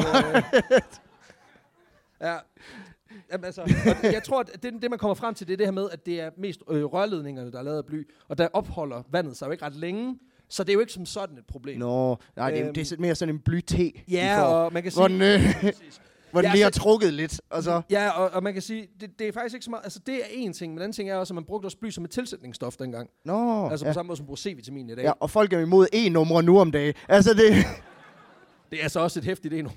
[SPEAKER 4] ja. Jamen, altså, og jeg tror, at det, det, man kommer frem til, det er det her med, at det er mest øh, rørledningerne, der er lavet af bly, og der opholder vandet sig jo ikke ret længe, så det er jo ikke som sådan et problem.
[SPEAKER 3] Nå, nej, det er,
[SPEAKER 4] Øhm,
[SPEAKER 3] det er mere sådan en blyte,
[SPEAKER 4] Ja, og man kan sige...
[SPEAKER 3] hvor den, øh,
[SPEAKER 4] Præcis.
[SPEAKER 3] hvor den
[SPEAKER 4] Ja,
[SPEAKER 3] lige har
[SPEAKER 4] altså-
[SPEAKER 3] trukket lidt, og så...
[SPEAKER 4] Ja, og, og man kan sige, det, det er faktisk ikke så meget... Altså, det er en ting, men den anden ting er også, at man brugte også bly som et tilsætningsstof dengang.
[SPEAKER 3] Nå,
[SPEAKER 4] Altså
[SPEAKER 3] ja.
[SPEAKER 4] på samme måde, som man bruger C-vitamin i dag.
[SPEAKER 3] Ja, og folk er imod E-numre nu om dagen. Altså, det...
[SPEAKER 4] Det er altså også et hæftigt endnu.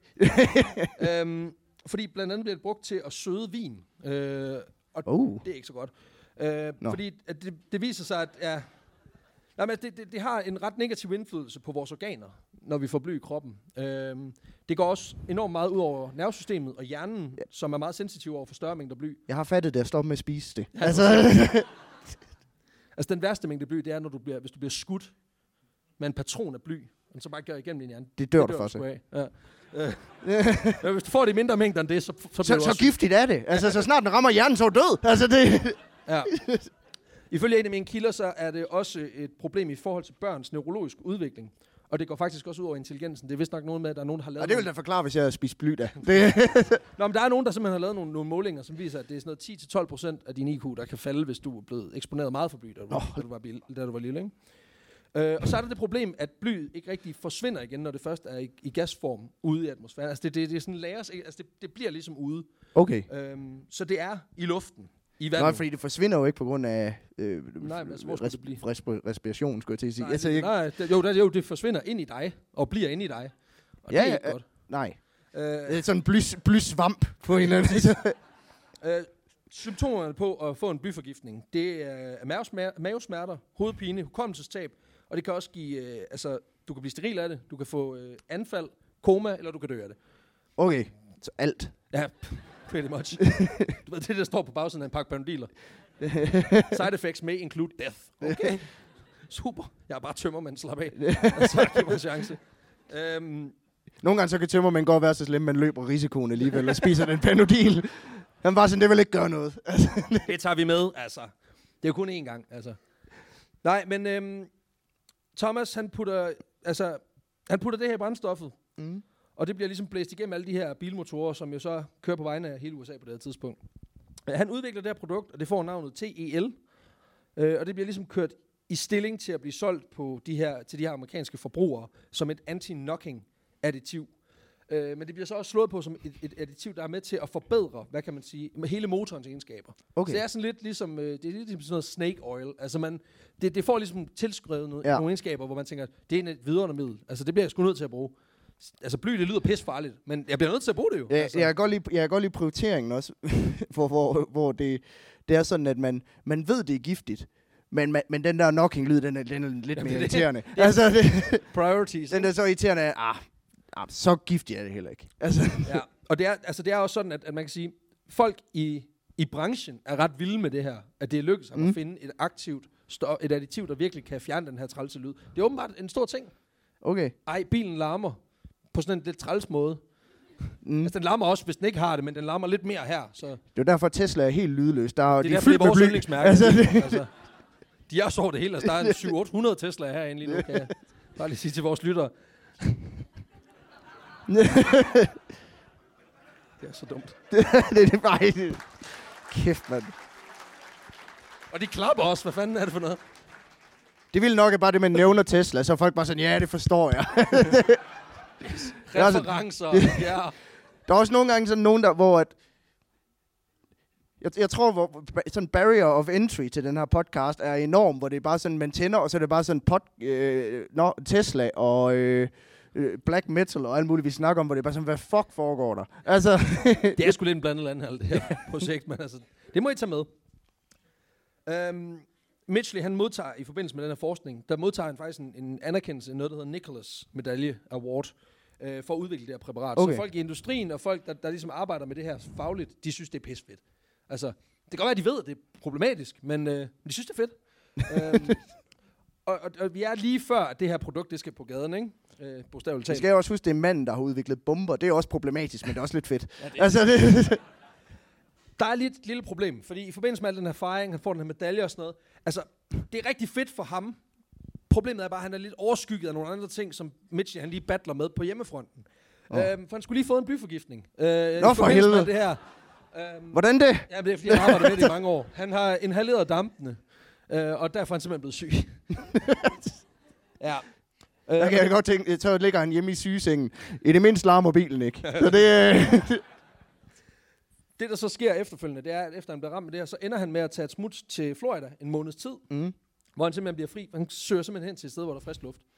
[SPEAKER 4] øhm, fordi blandt andet bliver det brugt til at søde vin. Øh, og
[SPEAKER 3] Oh.
[SPEAKER 4] det er ikke så godt. Øh,
[SPEAKER 3] Nå.
[SPEAKER 4] fordi at det, det viser sig, at ja, nej, men det, det, det har en ret negativ indflydelse på vores organer, når vi får bly i kroppen. Øhm, det går også enormt meget ud over nervesystemet og hjernen, ja. som er meget sensitiv over for større mængder bly.
[SPEAKER 3] Jeg har fattet det at stoppe med at spise det.
[SPEAKER 4] Ja,
[SPEAKER 3] Altså,
[SPEAKER 4] Altså den værste mængde bly, det er, når du bliver, hvis du bliver skudt med en patron af bly, og så bare gør igennem din hjerne.
[SPEAKER 3] det dør du
[SPEAKER 4] dør
[SPEAKER 3] for
[SPEAKER 4] sgu
[SPEAKER 3] sig.
[SPEAKER 4] af. Ja. Øh. Ja, hvis du får det i mindre mængder end det, så, så,
[SPEAKER 3] Så,
[SPEAKER 4] bliver du
[SPEAKER 3] så
[SPEAKER 4] også
[SPEAKER 3] giftigt er det. Altså, så snart den rammer hjernen, så er du død. Altså, det...
[SPEAKER 4] Ja. Ifølge en af mine kilder, så er det også et problem i forhold til børns neurologiske udvikling. Og det går faktisk også ud over intelligensen. Det er vist nok noget med, at der er nogen, der har lavet...
[SPEAKER 3] Og det vil
[SPEAKER 4] nogle...
[SPEAKER 3] da forklare, hvis jeg har spist bly, da. Det...
[SPEAKER 4] Nå, men der er nogen, der simpelthen har lavet nogle, nogle målinger, som viser, at det er sådan noget ti til tolv procent af din I Q, der kan falde, hvis du er blevet eksponeret meget for bly, da du,
[SPEAKER 3] Oh.
[SPEAKER 4] da du, var, bil, da du var lille, ikke? Øh, og så er der det problem, at bly ikke rigtig forsvinder igen, når det først er i, i gasform ude i atmosfæren. Altså det, det, det er sådan lagres, ikke? Altså det, det bliver ligesom ude.
[SPEAKER 3] Okay.
[SPEAKER 4] Øhm, så det er i luften, i
[SPEAKER 3] Nå,
[SPEAKER 4] vandet.
[SPEAKER 3] fordi det forsvinder jo ikke på grund af øh,
[SPEAKER 4] Nej, men altså, hvor skulle det blive?
[SPEAKER 3] resp- respiration, skulle jeg til at sige.
[SPEAKER 4] Nej,
[SPEAKER 3] Altså,
[SPEAKER 4] det,
[SPEAKER 3] jeg,
[SPEAKER 4] nej det, jo, det, jo, det forsvinder ind i dig, og bliver ind i dig. Og
[SPEAKER 3] Ja,
[SPEAKER 4] det er
[SPEAKER 3] ja,
[SPEAKER 4] ikke
[SPEAKER 3] øh,
[SPEAKER 4] godt.
[SPEAKER 3] nej.
[SPEAKER 4] Øh,
[SPEAKER 3] Det er sådan en blys, blysvamp på en eller anden.
[SPEAKER 4] øh, symptomerne på at få en blyforgiftning, det er mavesmer- mavesmerter, hovedpine, hukommelsestab, og det kan også give, øh, altså, du kan blive steril af det, du kan få øh, anfald, koma, eller du kan dø af det.
[SPEAKER 3] Okay, så alt.
[SPEAKER 4] Ja, pretty much. Du ved, det der står på bagsiden af en pakke Panodiler. Side effects may include death. Okay. Super. Jeg er bare tømmermand, slap af. Og så giver mig en chance. Øhm,
[SPEAKER 3] Nogle gange så kan tømmermænd godt være så slemme, man løber risikoen alligevel og spiser den Panodil. Han var sådan, det vil ikke gøre noget. Altså,
[SPEAKER 4] det tager vi med, altså. Det er jo kun én gang, altså. Nej, men øhm, Thomas, han putter, altså, han putter det her i brændstoffet.
[SPEAKER 3] Mm.
[SPEAKER 4] Og det bliver ligesom blæst igennem alle de her bilmotorer, som jo så kører på vegne af hele U S A på det her tidspunkt. Han udvikler det her produkt, og det får navnet T E L. Øh, og det bliver ligesom kørt i stilling til at blive solgt på de her, til de her amerikanske forbrugere som et anti-knocking additiv. Øh, men det bliver så også slået på som et, et additiv, der er med til at forbedre, hvad kan man sige, med hele motorens egenskaber. Okay. Så det er sådan lidt ligesom, øh, det er lidt ligesom sådan noget snake oil. Altså man, det, det får ligesom tilskrevet noget, ja. nogle egenskaber, hvor man tænker, det er et vidundermiddel. Altså det bliver jeg sgu nødt til at bruge. Altså bly, det lyder pissefarligt, men jeg bliver nødt til at bruge det jo.
[SPEAKER 3] Ja,
[SPEAKER 4] altså.
[SPEAKER 3] Jeg kan godt lide, jeg kan godt lide prioriteringen også, hvor, hvor, hvor det, det er sådan, at man, man ved, det er giftigt. Men, man, men den der knocking-lyd, den er, den er lidt Jamen, mere det, irriterende. Det, altså, det,
[SPEAKER 4] priorities.
[SPEAKER 3] Den er så irriterende, at ah, ah, så giftig er det heller ikke. Altså.
[SPEAKER 4] Ja, og det er, altså, det er også sådan, at, at man kan sige, folk i, i branchen er ret vilde med det her. At det er lykkedes mm. at finde et aktivt, stå, et additiv, der virkelig kan fjerne den her trælse lyd. Det er åbenbart en stor ting.
[SPEAKER 3] Okay.
[SPEAKER 4] Ej, bilen larmer på sådan en lidt træls måde. Mm. Altså, den larmer også, hvis den ikke har det, men den larmer lidt mere her. Så.
[SPEAKER 3] Det er derfor, at Tesla er helt lydløs. Der er,
[SPEAKER 4] det er
[SPEAKER 3] de
[SPEAKER 4] derfor, det er vores yndlingsmærke. Altså,
[SPEAKER 3] altså.
[SPEAKER 4] De er så over det hele. Altså, der er en syv otte hundrede Tesla herinde lige nu, kan jeg bare lige sige til vores lyttere. Det er så dumt.
[SPEAKER 3] det, det er bare ikke... Kæft, mand.
[SPEAKER 4] Og de klapper også. Hvad fanden er det for noget?
[SPEAKER 3] Det ville nok bare det, man nævner Tesla, så er folk bare sådan, ja, det forstår jeg.
[SPEAKER 4] Referencer, ja.
[SPEAKER 3] Der er også nogle gange sådan nogen, der, hvor at, jeg, jeg tror, hvor sådan barrier of entry til den her podcast er enorm, hvor det er bare sådan, man tænder, og så er det bare sådan pod, øh, no, Tesla og øh, black metal og alt muligt, vi snakker om, hvor det er bare sådan, hvad fuck foregår der? Altså,
[SPEAKER 4] det er sgu lidt en blandet landhandel, det her projekt, men altså, det må I tage med. Um, Mitchley, han modtager i forbindelse med den her forskning, der modtager han faktisk en, en anerkendelse, noget der hedder Nicholas Medalje Award, øh, for at udvikle det her præparat. Okay. Så folk i industrien og folk, der, der ligesom arbejder med det her fagligt, de synes, det er pissefedt. Altså, det kan godt være, at de ved, at det er problematisk, men øh, de synes, det er fedt. øhm, og, og, og vi er lige før, at det her produkt, det skal på gaden, ikke? Øh, bogstaveligt talt.
[SPEAKER 3] Vi skal jo også huske, det er manden, der har udviklet bomber. Det er også problematisk, men det er også lidt fedt.
[SPEAKER 4] Ja, det
[SPEAKER 3] altså, det
[SPEAKER 4] Der er lige et lille problem, fordi i forbindelse med al den her fejring, han får den her medalje og sådan noget, altså, det er rigtig fedt for ham. Problemet er bare, at han er lidt overskygget af nogle andre ting, som Mitchell han lige battler med på hjemmefronten. Oh. Øhm, for han skulle lige få en blyforgiftning. Øh,
[SPEAKER 3] Nå for helvede.
[SPEAKER 4] Det her. Øhm,
[SPEAKER 3] Hvordan det?
[SPEAKER 4] Ja, det er fordi, han har arbejdet med det i mange år. Han har inhaleret dampene, øh, og derfor er han simpelthen blevet syg. Ja.
[SPEAKER 3] Der kan jeg godt tænke, så ligger han hjemme i sygesengen. I det mindste larmer bilen ikke. Så det...
[SPEAKER 4] Det, der så sker efterfølgende, det er, at efter han bliver ramt med det her, så ender han med at tage et smut til Florida en måneds tid, mm. hvor han simpelthen bliver fri. Han søger simpelthen hen til et sted, hvor der er frisk luft.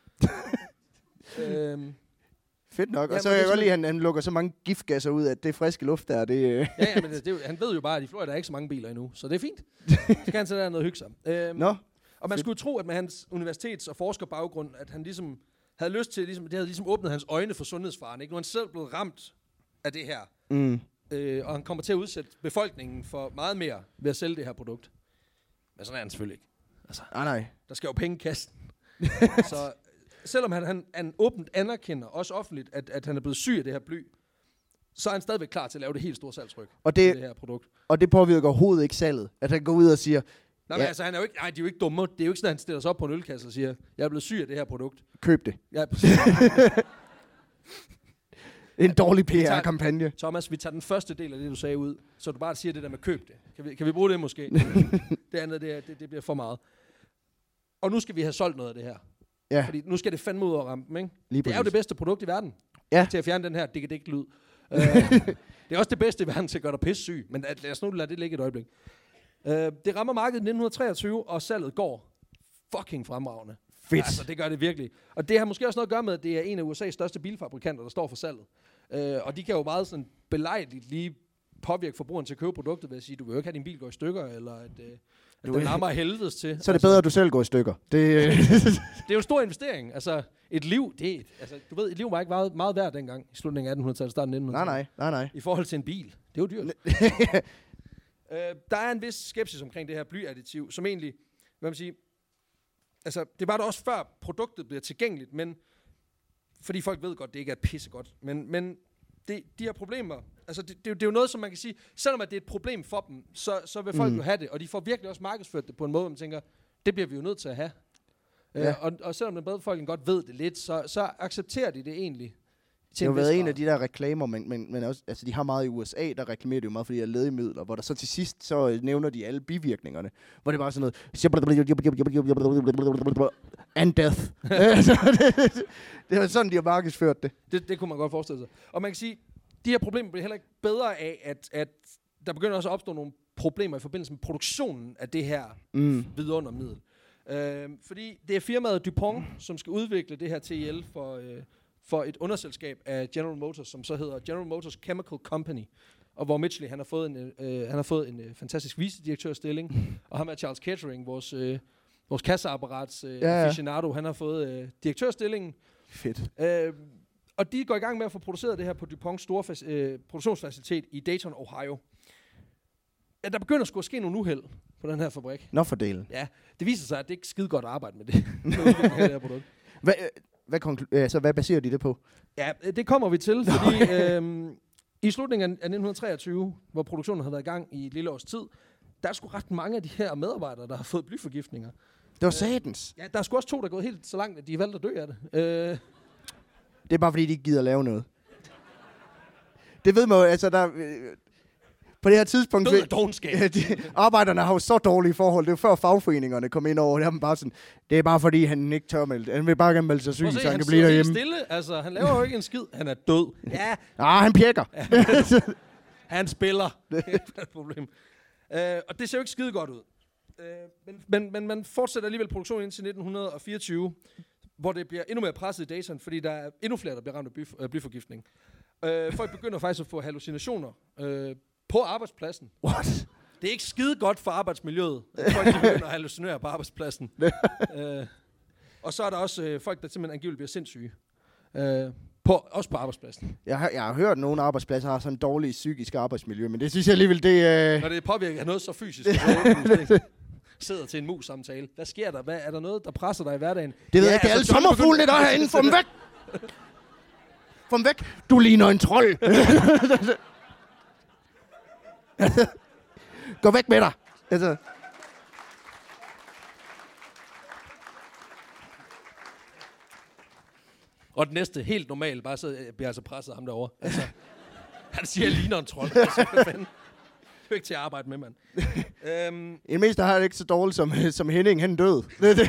[SPEAKER 4] øhm,
[SPEAKER 3] Fedt nok. Ja, og så kan jeg godt lide, at han, han lukker så mange giftgasser ud, at det friske luft der, det...
[SPEAKER 4] ja, ja, men det, det, han ved jo bare, at i Florida er ikke så mange biler endnu, så det er fint. Så kan han så der noget hygge sig. Øhm,
[SPEAKER 3] Nå.
[SPEAKER 4] Og man skulle tro, at med hans universitets- og forskerbaggrund, at han ligesom havde lyst til, ligesom, det havde ligesom åbnet hans øjne for sundhedsfaren. Ikke? Nu er han selv blevet ramt af det her. Mm. Øh, og han kommer til at udsætte befolkningen for meget mere ved at sælge det her produkt. Men sådan er han selvfølgelig ikke. Altså,
[SPEAKER 3] ah, nej.
[SPEAKER 4] Der skal jo penge i kassen. Så selvom han, han, han åbent anerkender, også offentligt, at, at han er blevet syg af det her bly, så er han stadigvæk klar til at lave det helt store salgstryk
[SPEAKER 3] og det,
[SPEAKER 4] det her produkt.
[SPEAKER 3] Og det påvirker overhovedet ikke salget. At han går ud og siger...
[SPEAKER 4] Nej, ja. Men altså, han er jo ikke, nej, de er jo ikke dumme. Det er jo ikke sådan, at han stiller sig op på en ølkasse og siger, jeg er blevet syg af det her produkt.
[SPEAKER 3] Køb det.
[SPEAKER 4] Ja, præcis.
[SPEAKER 3] En dårlig P R-kampagne.
[SPEAKER 4] Thomas, vi tager den første del af det, du sagde ud, så du bare siger det der med køb det. Kan vi, kan vi bruge det måske? Det andet, det, er, det, det bliver for meget. Og nu skal vi have solgt noget af det her.
[SPEAKER 3] Ja.
[SPEAKER 4] Fordi nu skal det fandme ud over rampen, ikke?
[SPEAKER 3] Lige
[SPEAKER 4] det er jo det bedste produkt i verden.
[SPEAKER 3] Ja.
[SPEAKER 4] Til at fjerne den her dik-dik-lyd. uh, det er også det bedste i verden til at gøre dig pissesyg. Men lad os nu lade det ligge et øjeblik. Uh, det rammer markedet i nitten treogtyve, og salget går fucking fremragende.
[SPEAKER 3] Fedt.
[SPEAKER 4] Altså, det gør det virkelig. Og det har måske også noget at gøre med, at det er en af U S A's største bilfabrikanter, der står for salget. Uh, og de kan jo meget sådan belejligt lige påvirke forbrugeren til at købe produktet ved at sige, du vil jo ikke have din bil går i stykker, eller at, uh, at den larmer helvedes til.
[SPEAKER 3] Så er det bedre, at du selv går i stykker. Det,
[SPEAKER 4] det er jo en stor investering. Altså, et liv, det altså, du ved, et liv var ikke meget, meget værd dengang, i slutningen af attenhundredetallet, starten af nittenhundredetallet.
[SPEAKER 3] Nej, nej, nej, nej.
[SPEAKER 4] I forhold til en bil. Det er jo dyrt. uh, der er en vis skepsis omkring det her blyadditiv, som egentlig, hvad man siger, altså, det var der også før produktet bliver tilgængeligt, men fordi folk ved godt, det ikke er pissegodt. Men, men det, de her problemer, altså det, det, det er jo noget, som man kan sige, selvom at det er et problem for dem, så, så vil folk mm. jo have det, og de får virkelig også markedsført det på en måde, hvor man tænker, det bliver vi jo nødt til at have. Ja. Uh, og, og selvom den befolkning godt ved det lidt, så, så accepterer de det egentlig
[SPEAKER 3] Det har været en af de der reklamer, men, men, men også, altså de har meget i U S A, der reklamerer det jo meget for de her lægemidler, hvor der så til sidst, så nævner de alle bivirkningerne, hvor det bare sådan noget, and death. Det var sådan, de har markedsført det.
[SPEAKER 4] det. Det kunne man godt forestille sig. Og man kan sige, de her problemer bliver heller ikke bedre af, at, at der begynder også at opstå nogle problemer i forbindelse med produktionen af det her mm. vidundermiddel. Øh, fordi det er firmaet DuPont, som skal udvikle det her T I L for... Øh, for et underselskab af General Motors, som så hedder General Motors Chemical Company, og hvor Mitchley, han har fået en, øh, han har fået en øh, fantastisk vicedirektørstilling, og ham er Charles Kettering, vores, øh, vores kasseapparats øh, ja, ja. aficionado, han har fået øh, direktørstillingen.
[SPEAKER 3] Fedt.
[SPEAKER 4] Øh, og de går i gang med at få produceret det her på DuPonts store fac- øh, produktionsfacilitet i Dayton, Ohio. Ja, der begynder sgu at ske nogle uheld på den her fabrik.
[SPEAKER 3] Nå for delen.
[SPEAKER 4] Ja, det viser sig, at det ikke er skide godt at arbejde med det. det her produkt.
[SPEAKER 3] Hvad, Hvad, konklu- altså, hvad baserer de det på?
[SPEAKER 4] Ja, det kommer vi til, fordi øhm, i slutningen af nitten treogtyve, hvor produktionen havde været i gang i et lille års tid, der er sgu ret mange af de her medarbejdere, der har fået blyforgiftninger.
[SPEAKER 3] Det var satans.
[SPEAKER 4] Øh, ja, der er sgu også to, der er gået helt så langt, at de har valgt at dø af det. Øh.
[SPEAKER 3] Det er bare fordi, de ikke gider lave noget. Det ved man jo, altså der... Øh, på det her tidspunkt...
[SPEAKER 4] Død af dovenskab.
[SPEAKER 3] Arbejderne har jo så dårlige forhold. Det er jo før fagforeningerne kom ind over. Det er, bare sådan, det er bare fordi, han ikke tør melde. Han vil bare gerne melde sig syg, så han, han kan blive derhjemme.
[SPEAKER 4] Stille. Altså, han laver jo ikke en skid. Han er død.
[SPEAKER 3] Ja. Ah, han pjekker.
[SPEAKER 4] Han spiller. Det er et problem. Uh, og det ser jo ikke skide godt ud. Uh, men, men, men man fortsætter alligevel produktionen indtil nitten fireogtyve, hvor det bliver endnu mere presset i Dayton, fordi der er endnu flere, der bliver ramt af bly, uh, blyforgiftning. Uh, folk begynder faktisk at få hallucinationer uh, på arbejdspladsen.
[SPEAKER 3] What?
[SPEAKER 4] Det er ikke skide godt for arbejdsmiljøet, at folk de begynder at hallucinere på arbejdspladsen. uh, og så er der også uh, folk, der simpelthen angiveligt bliver sindssyge. Uh, på, også på arbejdspladsen.
[SPEAKER 3] Jeg har, jeg har hørt, at nogle arbejdspladser har sådan en dårlig psykisk arbejdsmiljø, men det synes jeg alligevel, det er... Uh...
[SPEAKER 4] Når det påvirker noget så fysisk. Sidder til en mus-samtale. Hvad sker der? Hvad, er der noget, der presser dig i hverdagen?
[SPEAKER 3] Det ved jeg ikke. Det er alle sommerfuglene, der er herinde. Få dem væk! Få dem væk! Du ligner en trold! Gå væk med dig! Altså.
[SPEAKER 4] Og den næste, helt normalt, bare så bliver altså presset ham derovre. Altså, han siger, at jeg ligner en trold. Altså, hvad fanden? Det er ikke til at arbejde med, mand. øhm,
[SPEAKER 3] I det mindste har det ikke så dårligt, som, som Henning, han død.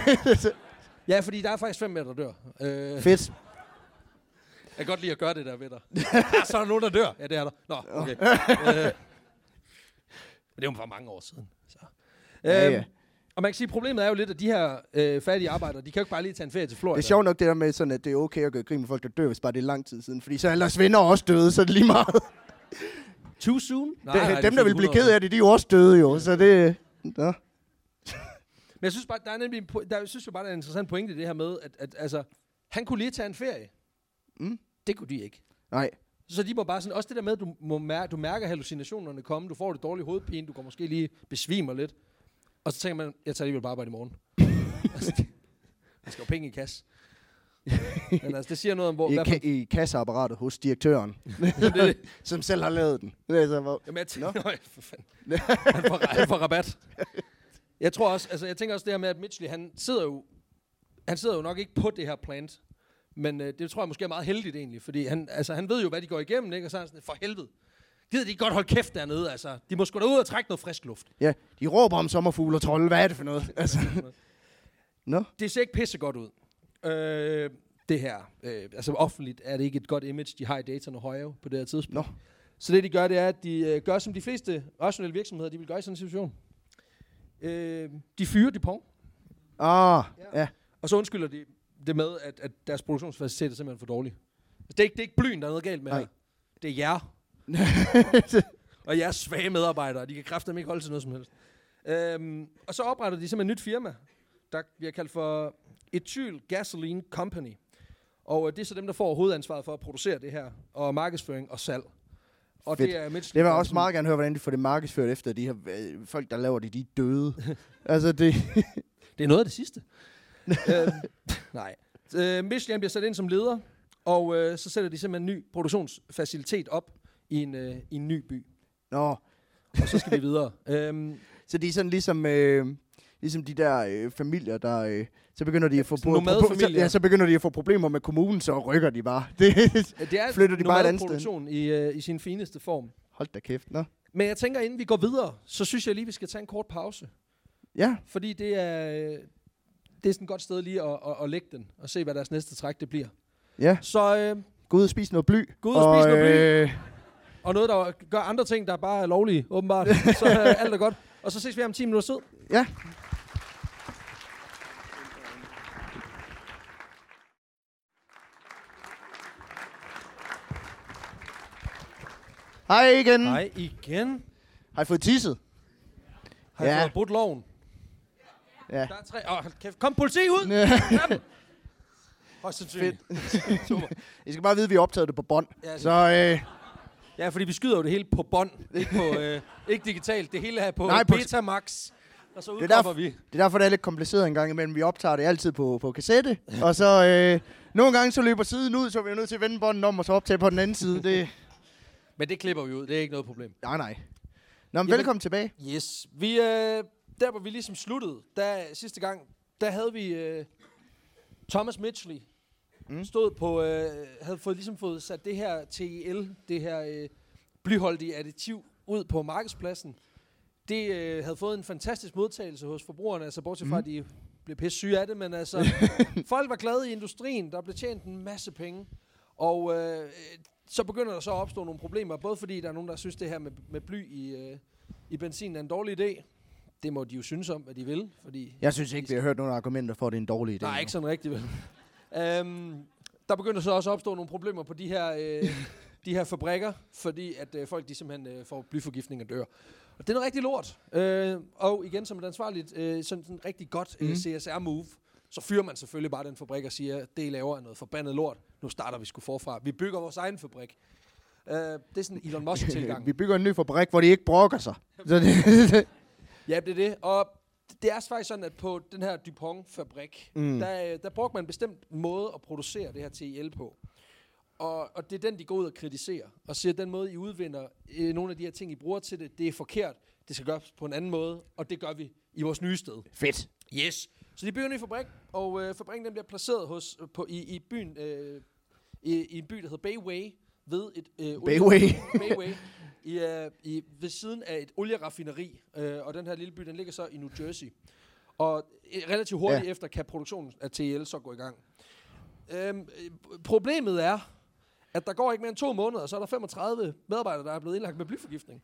[SPEAKER 4] ja, fordi der er faktisk fem meter, der dør. Øh,
[SPEAKER 3] Fedt.
[SPEAKER 4] Jeg kan godt lide at gøre det der ved dig. Ja, så er der nogen, der dør. Ja, det er der. Nå, okay. øh, det er jo for mange år siden. Så.
[SPEAKER 3] Ja,
[SPEAKER 4] øhm,
[SPEAKER 3] ja.
[SPEAKER 4] Og man kan sige, at problemet er jo lidt, at de her øh, fattige arbejdere, de kan jo ikke bare lige tage en ferie til Florida.
[SPEAKER 3] Det er sjovt nok det der med, sådan, at det er okay at gøre grin med folk, der dør, hvis bare det er lang tid siden. Fordi så er deres venner også døde, så er det lige meget.
[SPEAKER 4] Too soon?
[SPEAKER 3] Nej, det, nej, dem, der vil blive ked af det, de er jo også døde jo. Så det... Ja.
[SPEAKER 4] Men jeg synes bare, der er nemlig, der, jeg synes jo bare, der er en interessant pointe i det her med, at, at altså, han kunne lige tage en ferie.
[SPEAKER 3] Mm.
[SPEAKER 4] Det kunne de ikke.
[SPEAKER 3] Nej.
[SPEAKER 4] Så de må bare sådan, også det der med, at du, må mærke, du mærker hallucinationerne komme, du får det dårlige hovedpine, du kan måske lige besvimer lidt. Og så tænker man, jeg tager alligevel bare arbejde i morgen. Altså, jeg skal jo penge i kasse. Men altså, det siger noget om, hvor...
[SPEAKER 3] I,
[SPEAKER 4] ka-
[SPEAKER 3] I kasseapparatet hos direktøren, som selv har lavet den. Det er så, hvor...
[SPEAKER 4] Jamen, jeg tænker, nøj, for fanden. Han får, han får rabat. Jeg tror også, altså, jeg tænker også det her med, at Mitchley, han sidder jo, han sidder jo nok ikke på det her plant. Men øh, det tror jeg måske er meget heldigt egentlig, fordi han, altså, han ved jo, hvad de går igennem, ikke? Og så er han sådan, for helvede. Gider de ikke godt holde kæft dernede, altså. De må sgu da ud og trække noget frisk luft.
[SPEAKER 3] Ja, de råber om sommerfugle og trolde. Hvad er det for noget? Altså.
[SPEAKER 4] No? Det ser ikke pisse godt ud. Øh, det her. Øh, altså offentligt er det ikke et godt image, de har i Dayton Ohio på det her tidspunkt.
[SPEAKER 3] No.
[SPEAKER 4] Så det de gør, det er, at de øh, gør som de fleste rationelle virksomheder, de vil gøre i sådan en situation. Øh, de fyrer DuPont.
[SPEAKER 3] Ah, ja. ja.
[SPEAKER 4] Og så undskylder de det med, at, at deres produktionsfacilitet er simpelthen for dårlig. Altså, det, er ikke, det er ikke blyen, der er noget galt med. Nej. Her. Det er jer. Og jeres svage medarbejdere, de kan kraftedeme ikke holde til noget som helst. Øhm, og så opretter de simpelthen et nyt firma, der bliver kaldt for Ethyl Gasoline Company. Og øh, det er så dem, der får hovedansvaret for at producere det her, og markedsføring og salg. Og
[SPEAKER 3] Fedt.
[SPEAKER 4] det er Mitchley.
[SPEAKER 3] Det vil jeg også meget gerne høre, hvordan de får det markedsført efter de her øh, folk, der laver det, de er døde. altså det...
[SPEAKER 4] det er noget af det sidste. øhm, nej. Øh, Mitchley bliver sat ind som leder, og øh, så sætter de simpelthen en ny produktionsfacilitet op i en, øh, i en ny by.
[SPEAKER 3] Nå.
[SPEAKER 4] Og så skal vi videre. øhm,
[SPEAKER 3] så de er sådan ligesom... Øh, Ligesom de der øh, familier, der... Øh, så begynder de at få...
[SPEAKER 4] Sådan nomadefamilier.
[SPEAKER 3] Ja, så begynder de at få problemer med kommunen, så rykker de bare. Det,
[SPEAKER 4] Det er
[SPEAKER 3] flytter de bare et andet sted.
[SPEAKER 4] nomadeproduktion i, uh, i sin fineste form.
[SPEAKER 3] Hold da kæft, nå.
[SPEAKER 4] Men jeg tænker, inden vi går videre, så synes jeg lige, vi skal tage en kort pause.
[SPEAKER 3] Ja.
[SPEAKER 4] Fordi det er, øh, det er sådan et godt sted lige at, at, at lægge den, og se, hvad deres næste træk det bliver.
[SPEAKER 3] Ja.
[SPEAKER 4] Så øh,
[SPEAKER 3] Gå ud og spise noget bly.
[SPEAKER 4] gå ud og spise noget bly.
[SPEAKER 3] Øh,
[SPEAKER 4] Og noget, der gør andre ting, der bare er lovlige, åbenbart. Så øh, alt er godt. Og så ses vi om ti minutter tid.
[SPEAKER 3] ja. Hej igen.
[SPEAKER 4] Hej igen.
[SPEAKER 3] Har I fået tisset?
[SPEAKER 4] Har jeg
[SPEAKER 3] Ja.
[SPEAKER 4] fået brudt loven?
[SPEAKER 3] Ja.
[SPEAKER 4] Der er tre. Åh, hold kæft. Kom politi ud! Højst sandsynligt. Super.
[SPEAKER 3] I skal bare vide, at vi har optaget det på bånd.
[SPEAKER 4] Ja,
[SPEAKER 3] Så øh,
[SPEAKER 4] Ja, fordi vi skyder jo det hele på bånd. Ikke, på, øh, ikke digitalt. Det hele er på
[SPEAKER 3] Nej, på-
[SPEAKER 4] Betamax. Og så
[SPEAKER 3] er
[SPEAKER 4] udkommer
[SPEAKER 3] derfor-
[SPEAKER 4] vi.
[SPEAKER 3] det er derfor, det er lidt kompliceret en gang imellem. Vi optager det altid på, på kassette. Og så øh, nogle gange så løber siden ud, så er vi nødt til at vende bånden om og så optage på den anden side. Det,
[SPEAKER 4] Men det klipper vi ud. Det er ikke noget problem.
[SPEAKER 3] nej, nej. Nå, men
[SPEAKER 4] Jamen-
[SPEAKER 3] velkommen tilbage.
[SPEAKER 4] Yes. Vi, øh, der hvor vi ligesom sluttede, der sidste gang, der havde vi øh, Thomas Mitchell. Mm. Stod på, øh, havde fået, ligesom fået sat det her T E L, det her øh, blyholdige additiv, ud på markedspladsen. Det øh, havde fået en fantastisk modtagelse hos forbrugerne, altså bortset fra, mm. at de blev pisse syge af det, men altså, folk var glade i industrien, der blev tjent en masse penge, og øh, så begynder der så at opstå nogle problemer, både fordi der er nogen, der synes, det her med, med bly i, øh, i benzin er en dårlig idé. Det må de jo synes om, hvad de vil, fordi...
[SPEAKER 3] Jeg synes ikke, vi har hørt nogle argumenter for, at det er en dårlig idé.
[SPEAKER 4] Nej, ikke sådan rigtigt, vel. um, der begynder så også at opstå nogle problemer på de her, øh, de her fabrikker, fordi at øh, folk de simpelthen øh, får blyforgiftning og dør. Og det er noget rigtig lort. Øh, og igen, som et ansvarligt, øh, sådan en rigtig godt øh, C S R-move, så fyrer man selvfølgelig bare den fabrik og siger, det I laver er noget forbandet lort. Nu starter vi sgu forfra. Vi bygger vores egen fabrik. Uh, det er sådan en Elon Musk-tilgang.
[SPEAKER 3] Vi bygger en ny fabrik, hvor de ikke brokker sig. Så det,
[SPEAKER 4] Ja, det er det. Og det er faktisk sådan, at på den her DuPont-fabrik, mm. der, der brugte man en bestemt måde at producere det her T E L på. Og, og det er den, de går ud og kritiserer. Og siger, at den måde, I udvinder øh, nogle af de her ting, I bruger til det, det er forkert. Det skal gøres på en anden måde, og det gør vi i vores nye sted.
[SPEAKER 3] fedt.
[SPEAKER 4] Yes. Så de bygger en ny fabrik, og øh, fabrikken den bliver placeret hos, på, i, i, byen, øh, i, i en by, der hedder Bayway, ved et... Øh,
[SPEAKER 3] Bayway.
[SPEAKER 4] Bayway. I, uh, i, ved siden af et olieraffineri, uh, og den her lille by, den ligger så i New Jersey. Og uh, relativt hurtigt
[SPEAKER 3] Ja.
[SPEAKER 4] efter kan produktionen af T E L så gå i gang. Um, problemet er, at der går ikke mere end to måneder, så er der femogtredive medarbejdere, der er blevet indlagt med blyforgiftning.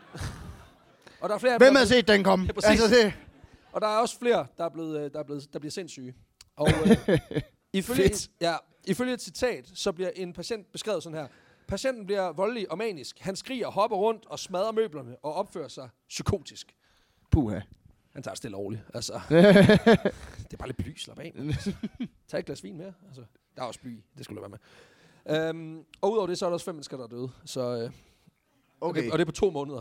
[SPEAKER 4] Og der er flere,
[SPEAKER 3] Hvem
[SPEAKER 4] der,
[SPEAKER 3] har set den komme?
[SPEAKER 4] Ja, præcis.
[SPEAKER 3] Altså, det,
[SPEAKER 4] og der er også flere, der er blevet, der er blevet, der bliver sindssyge. Og uh, ifølge,
[SPEAKER 3] Fedt.
[SPEAKER 4] ja, ifølge et citat, så bliver en patient beskrevet sådan her. Patienten bliver voldelig og manisk. Han skriger, hopper rundt og smadrer møblerne og opfører sig psykotisk.
[SPEAKER 3] puha.
[SPEAKER 4] Han tager det stille og roligt. Altså, det er bare lidt bly, slap af. Tag et glas vin mere. Altså, der er også bly, det skulle du være med. Um, og udover det, så er der også fem mennesker, der er døde. Så, øh,
[SPEAKER 3] Okay.
[SPEAKER 4] og, det, og det er på to måneder.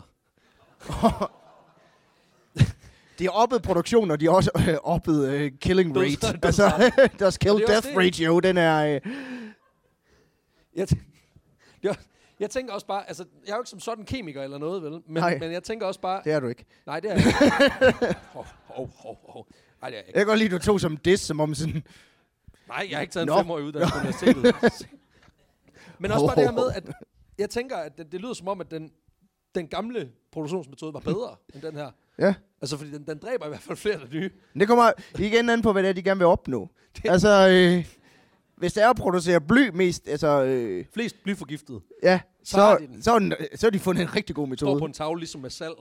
[SPEAKER 3] De har oppet produktion, og de har også øh, oppet øh, killing
[SPEAKER 4] Døds-
[SPEAKER 3] rate.
[SPEAKER 4] dødsret.
[SPEAKER 3] Altså, deres kill
[SPEAKER 4] Og det er
[SPEAKER 3] death
[SPEAKER 4] også det.
[SPEAKER 3] ratio, den er... Øh,
[SPEAKER 4] Jeg, t- jeg, jeg tænker også bare, altså, jeg er jo ikke som sådan kemiker eller noget, vel? Men,
[SPEAKER 3] Nej.
[SPEAKER 4] men jeg tænker også bare...
[SPEAKER 3] det er du ikke.
[SPEAKER 4] Nej, det er jeg ikke. Hov, hov, hov, hov. Nej, det er jeg ikke.
[SPEAKER 3] Jeg kan godt lide, du tog som diss, som om sådan...
[SPEAKER 4] Nej, jeg har ikke taget en
[SPEAKER 3] Nå.
[SPEAKER 4] femårig uddannelse på universitetet. Men også bare det her med, at jeg tænker, at det, det lyder som om, at den, den gamle produktionsmetode var bedre end den her.
[SPEAKER 3] Ja.
[SPEAKER 4] Altså, fordi den, den dræber i hvert fald flere af de nye.
[SPEAKER 3] Det kommer igen an på, hvad det er, de gerne vil opnå. Altså, øh, hvis det er at producere bly mest, altså... Øh,
[SPEAKER 4] Flest blyforgiftede.
[SPEAKER 3] ja,
[SPEAKER 4] Så har
[SPEAKER 3] så,
[SPEAKER 4] de den.
[SPEAKER 3] så, er den- så har de fundet en rigtig god
[SPEAKER 4] Står
[SPEAKER 3] metode.
[SPEAKER 4] på en tavle ligesom med salt.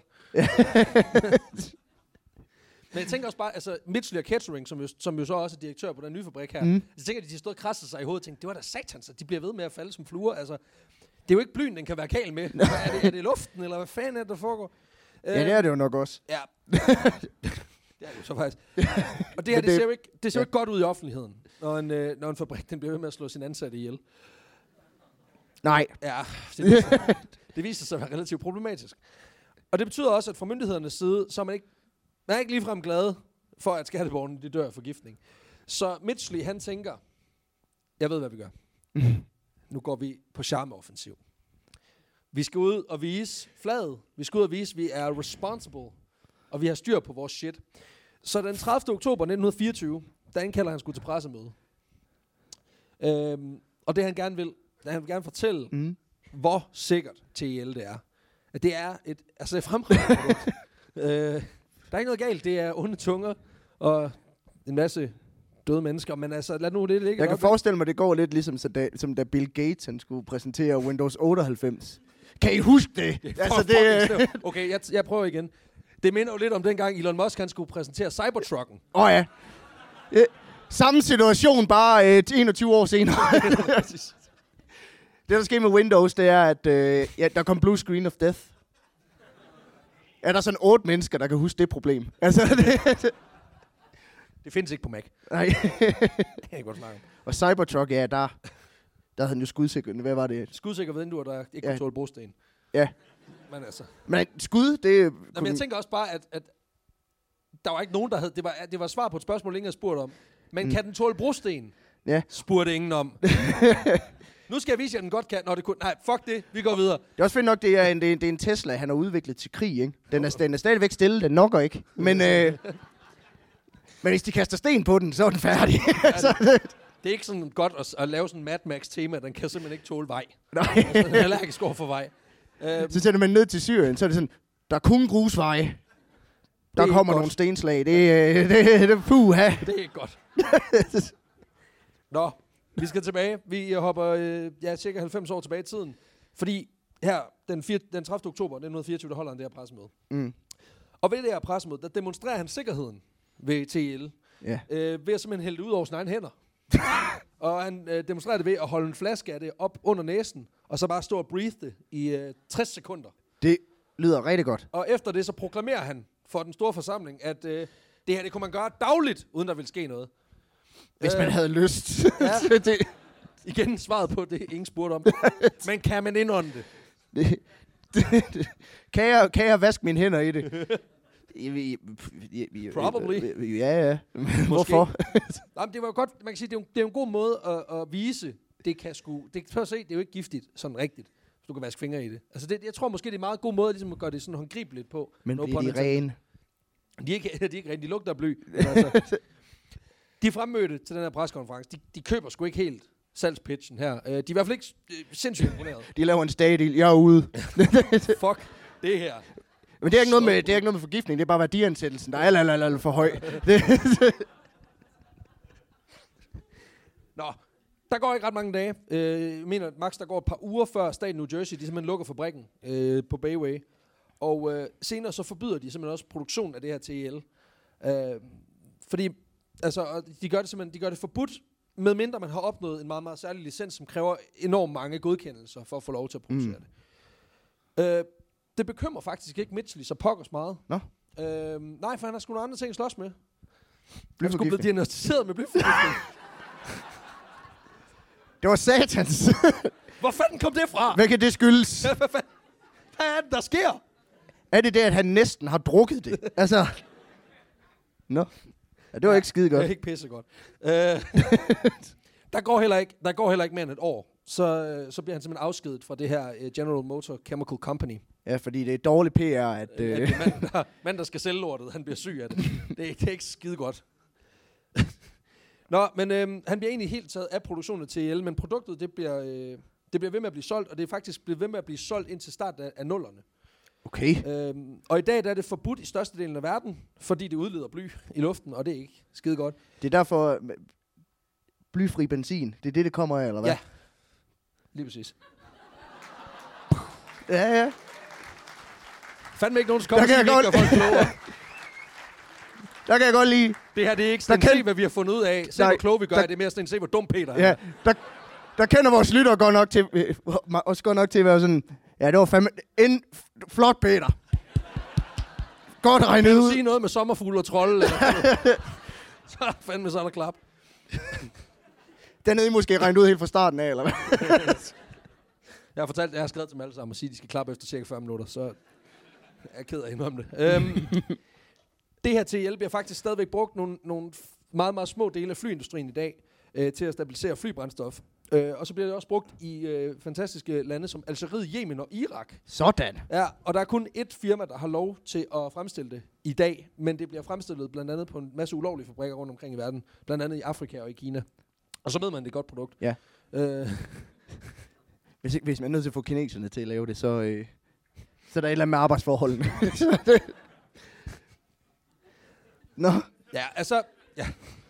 [SPEAKER 4] Men jeg tænker også bare, altså Mitchell og Kettering, som jo, som jo så også er direktør på den nye fabrik her, mm. jeg tænker, at de har stået og krasset sig i hovedet og tænkt, det var da satans, at de bliver ved med at falde som fluer. Altså, det er jo ikke blyen, den kan være gal med. er, det, er det luften, eller hvad fanden er det, der foregår?
[SPEAKER 3] Ja, det er det jo nok også.
[SPEAKER 4] Ja. Det er det jo så faktisk. Og det her,
[SPEAKER 3] Men
[SPEAKER 4] det,
[SPEAKER 3] det-
[SPEAKER 4] ser jo ikke, det ser jo
[SPEAKER 3] ja.
[SPEAKER 4] ikke godt ud i offentligheden, når en, øh, når en fabrik den bliver ved med at slå sin ansatte ihjel.
[SPEAKER 3] Nej.
[SPEAKER 4] Ja, det viser, det viser sig at være relativt problematisk. Og det betyder også, at fra myndighedernes side, så er man ikke, man er ikke ligefrem glad for, at skatteborgerne de dør af forgiftning. Så Mitchell, han tænker, jeg ved, hvad vi gør. Nu går vi på charmeoffensiv. Vi skal ud og vise flaget. Vi skal ud og vise, at vi er responsible, og vi har styr på vores shit. Så den tredivte oktober nitten fireogtyve, der indkalder han sgu til pressemøde. Øhm, og det han gerne vil, det han vil gerne fortælle,
[SPEAKER 3] Mm.
[SPEAKER 4] hvor sikkert T E L det er. At det er et, altså et fremragende produkt. øh, der er ikke noget galt, det er onde tunger og en masse døde mennesker, men altså lad nu det ligge.
[SPEAKER 3] Jeg kan forestille mig, det går lidt ligesom så da, som da Bill Gates han skulle præsentere Windows otteoghalvfems. Kan I huske det?
[SPEAKER 4] det
[SPEAKER 3] altså, det
[SPEAKER 4] okay, jeg, jeg prøver igen. Det minder jo lidt om dengang Elon Musk han skulle præsentere Cybertrucken.
[SPEAKER 3] Åh oh, ja. Øh, samme situation, bare øh, enogtyve år senere. Det, der sker med Windows, det er, at øh, ja, der kom blue screen of death. Er der sådan otte mennesker, der kan huske det problem? Altså, det,
[SPEAKER 4] det findes ikke på Mac.
[SPEAKER 3] Nej.
[SPEAKER 4] Det kan jeg godt snakke om.
[SPEAKER 3] Og Cybertruck, ja, der, der havde han jo skudsikkerhed. Hvad var det?
[SPEAKER 4] Skudsikker vinduer, der ikke
[SPEAKER 3] Ja.
[SPEAKER 4] kunne tåle brosten.
[SPEAKER 3] Ja.
[SPEAKER 4] Men altså...
[SPEAKER 3] Men skud, det...
[SPEAKER 4] Jamen, jeg tænker også bare, at, at der var ikke nogen, der havde... Det var, det var svar på et spørgsmål, ingen havde spurgt om. Men mm. kan den tåle brosten?
[SPEAKER 3] Ja.
[SPEAKER 4] Spurgte ingen om. Nu skal jeg vise jer, at den godt kan. Nå, det kunne... Nej, fuck det. Vi går videre.
[SPEAKER 3] Det er også fedt nok, det er en, det er, det er en Tesla, han har udviklet til krig, ikke? Den er, den er stadigvæk stille, den nokker ikke. Men, øh, men hvis de kaster sten på den, så er den færdig.
[SPEAKER 4] Ja, det, det er ikke sådan godt at, at lave sådan en Mad Max-tema. Den kan simpelthen ikke tåle vej.
[SPEAKER 3] Nej.
[SPEAKER 4] Altså, den er allergisk over for vej. Uh,
[SPEAKER 3] Så sætter man ned til Syrien, så er det sådan, der er kun grusveje. Der
[SPEAKER 4] er
[SPEAKER 3] kommer
[SPEAKER 4] godt.
[SPEAKER 3] nogle stenslag. Det er det, det, det, puha.
[SPEAKER 4] Det er ikke godt. Nå, vi skal tilbage. Vi hopper øh, ja, cirka halvfems år tilbage i tiden. Fordi her, den, fire, den tredivte oktober nitten fireogtyve, der holder han det her pressemøde.
[SPEAKER 3] Mm.
[SPEAKER 4] Og ved det her pressemøde, der demonstrerer han sikkerheden ved T E L.
[SPEAKER 3] Ja.
[SPEAKER 4] Øh, ved at simpelthen hælde det ud over sine egne hænder. Og han øh, demonstrerer det ved at holde en flaske af det op under næsen, og så bare stå og breathe det i øh, tres sekunder.
[SPEAKER 3] Det lyder rigtig godt.
[SPEAKER 4] Og efter det, så proklamerer han for den store forsamling, at øh, det her, det kunne man gøre dagligt, uden der ville ske noget.
[SPEAKER 3] Hvis
[SPEAKER 4] Øh,
[SPEAKER 3] man havde lyst.
[SPEAKER 4] Ja.
[SPEAKER 3] det,
[SPEAKER 4] Igen svaret på det, ingen spurgte om. Men kan man indånde det?
[SPEAKER 3] det, det, det. Kan, jeg, kan jeg vaske mine hænder i det?
[SPEAKER 4] Probably.
[SPEAKER 3] Ja, ja. Hvorfor?
[SPEAKER 4] Jamen, det var jo godt, man kan sige, det er jo, det er jo en god måde at, at vise, det kan sgu, det kan se, det er jo ikke giftigt, sådan rigtigt, så du kan vaske fingre i det. Altså, det, jeg tror måske, det er en meget god måde, ligesom at gøre det sådan håndgribeligt på.
[SPEAKER 3] Men
[SPEAKER 4] No
[SPEAKER 3] bliver
[SPEAKER 4] pun
[SPEAKER 3] de
[SPEAKER 4] intended.
[SPEAKER 3] rene?
[SPEAKER 4] De er ikke, de er ikke rene, de lugter af bly. Men altså, de fremmødte til den her pressekonference, de, de køber sgu ikke helt salgspitchen her. Uh, de er i hvert fald ikke uh, sindssygt imponeret.
[SPEAKER 3] De laver en stadil. Jeg er ude.
[SPEAKER 4] Fuck det her.
[SPEAKER 3] Men det er ikke noget med, det er ikke noget med forgiftning. Det er bare værdiansættelsen, der er alt, alt, alt, alt for høj. Det,
[SPEAKER 4] Nå, der går ikke ret mange dage. Øh, jeg mener, Max, der går et par uger før staten New Jersey, de simpelthen lukker fabrikken øh, på Bayway. Og øh, senere så forbyder de simpelthen også produktion af det her T E L. Øh, fordi, altså, og de gør det simpelthen, de gør det forbudt, medmindre man har opnået en meget, meget særlig licens, som kræver enormt mange godkendelser for at få lov til at producere mm. det. Øh, det bekymrer faktisk ikke Mitchell så pokkers meget.
[SPEAKER 3] Nå.
[SPEAKER 4] Øh, nej, for han har sgu nogle andre ting at slås med. Han skulle blive
[SPEAKER 3] Blyforgiftning.
[SPEAKER 4] diagnosticeret med blyforgiftning.
[SPEAKER 3] Det var satans.
[SPEAKER 4] Hvor fanden kom det fra?
[SPEAKER 3] Hvad kan det skyldes?
[SPEAKER 4] Hvad, hvad, hvad er det, der sker?
[SPEAKER 3] Er det det, at han næsten har drukket det? Altså. Nå. Ja, det var ja, ikke skide godt.
[SPEAKER 4] Det er ikke pissegodt. Øh, der, går heller ikke, der går heller ikke mere end et år. Så, så bliver han simpelthen afskedet fra det her uh, General Motor Chemical Company.
[SPEAKER 3] Ja, fordi det er dårlig P R, at...
[SPEAKER 4] Øh,
[SPEAKER 3] Øh,
[SPEAKER 4] at det mand, der, mand, der skal sælge lortet, han bliver syg af det. Det er, det er ikke skide godt. Nå, men øh, han bliver egentlig helt taget af produktionen af T E L, men produktet, det bliver, øh, det bliver ved med at blive solgt, og det er faktisk blevet ved med at blive solgt indtil starten af, af nullerne.
[SPEAKER 3] okay.
[SPEAKER 4] Øhm, og i dag der er det forbudt i størstedelen af verden, fordi det udleder bly i luften, og det er ikke skide godt.
[SPEAKER 3] Det er derfor... øh, Blyfri benzin. Det er det, det kommer af, eller hvad?
[SPEAKER 4] Ja, lige præcis.
[SPEAKER 3] Ja, ja.
[SPEAKER 4] Fandme ikke nogen, der kommer
[SPEAKER 3] Der
[SPEAKER 4] og
[SPEAKER 3] kan
[SPEAKER 4] siger,
[SPEAKER 3] jeg
[SPEAKER 4] vi ikke
[SPEAKER 3] godt-
[SPEAKER 4] gør folk klogere.
[SPEAKER 3] Der kan jeg godt lide...
[SPEAKER 4] Det her, det er ikke
[SPEAKER 3] Der
[SPEAKER 4] sådan,
[SPEAKER 3] kan-
[SPEAKER 4] se, hvad vi har fundet ud af. Se,
[SPEAKER 3] Nej,
[SPEAKER 4] hvor kloge vi gør.
[SPEAKER 3] der-
[SPEAKER 4] Det er mere sådan, se, hvor dum Peter er.
[SPEAKER 3] Ja, der, der kender vores lyttere godt nok til... Øh, også godt nok til at være sådan... Ja, det var fandme... En f- flot, Peter. Godt regnet
[SPEAKER 4] Kan du
[SPEAKER 3] ud.
[SPEAKER 4] sige noget med sommerfugle og trolde? Eller så fandme så er der klap.
[SPEAKER 3] Den havde I måske regnet ud helt fra starten af, eller hvad?
[SPEAKER 4] Jeg har fortalt, jeg har skrevet til dem alle sammen og sige, at de skal klappe efter cirka fyrre minutter, så jeg er ked af at indrømme det. Um, det her T E L bliver faktisk stadigvæk brugt nogle, nogle meget, meget små dele af flyindustrien i dag øh, til at stabilisere flybrændstof. Øh, og så bliver det også brugt i øh, fantastiske lande som Algeriet, Yemen og Irak.
[SPEAKER 3] Sådan.
[SPEAKER 4] Ja, og der er kun ét firma, der har lov til at fremstille det i dag, men det bliver fremstillet blandt andet på en masse ulovlige fabrikker rundt omkring i verden, blandt andet i Afrika og i Kina. Og så ved man, det er et godt produkt.
[SPEAKER 3] Ja.
[SPEAKER 4] Øh.
[SPEAKER 3] Hvis, hvis man er nødt til at få kineserne til at lave det, så, øh, så er der et eller andet med arbejdsforholdene. Nå.
[SPEAKER 4] Ja, altså... Ja.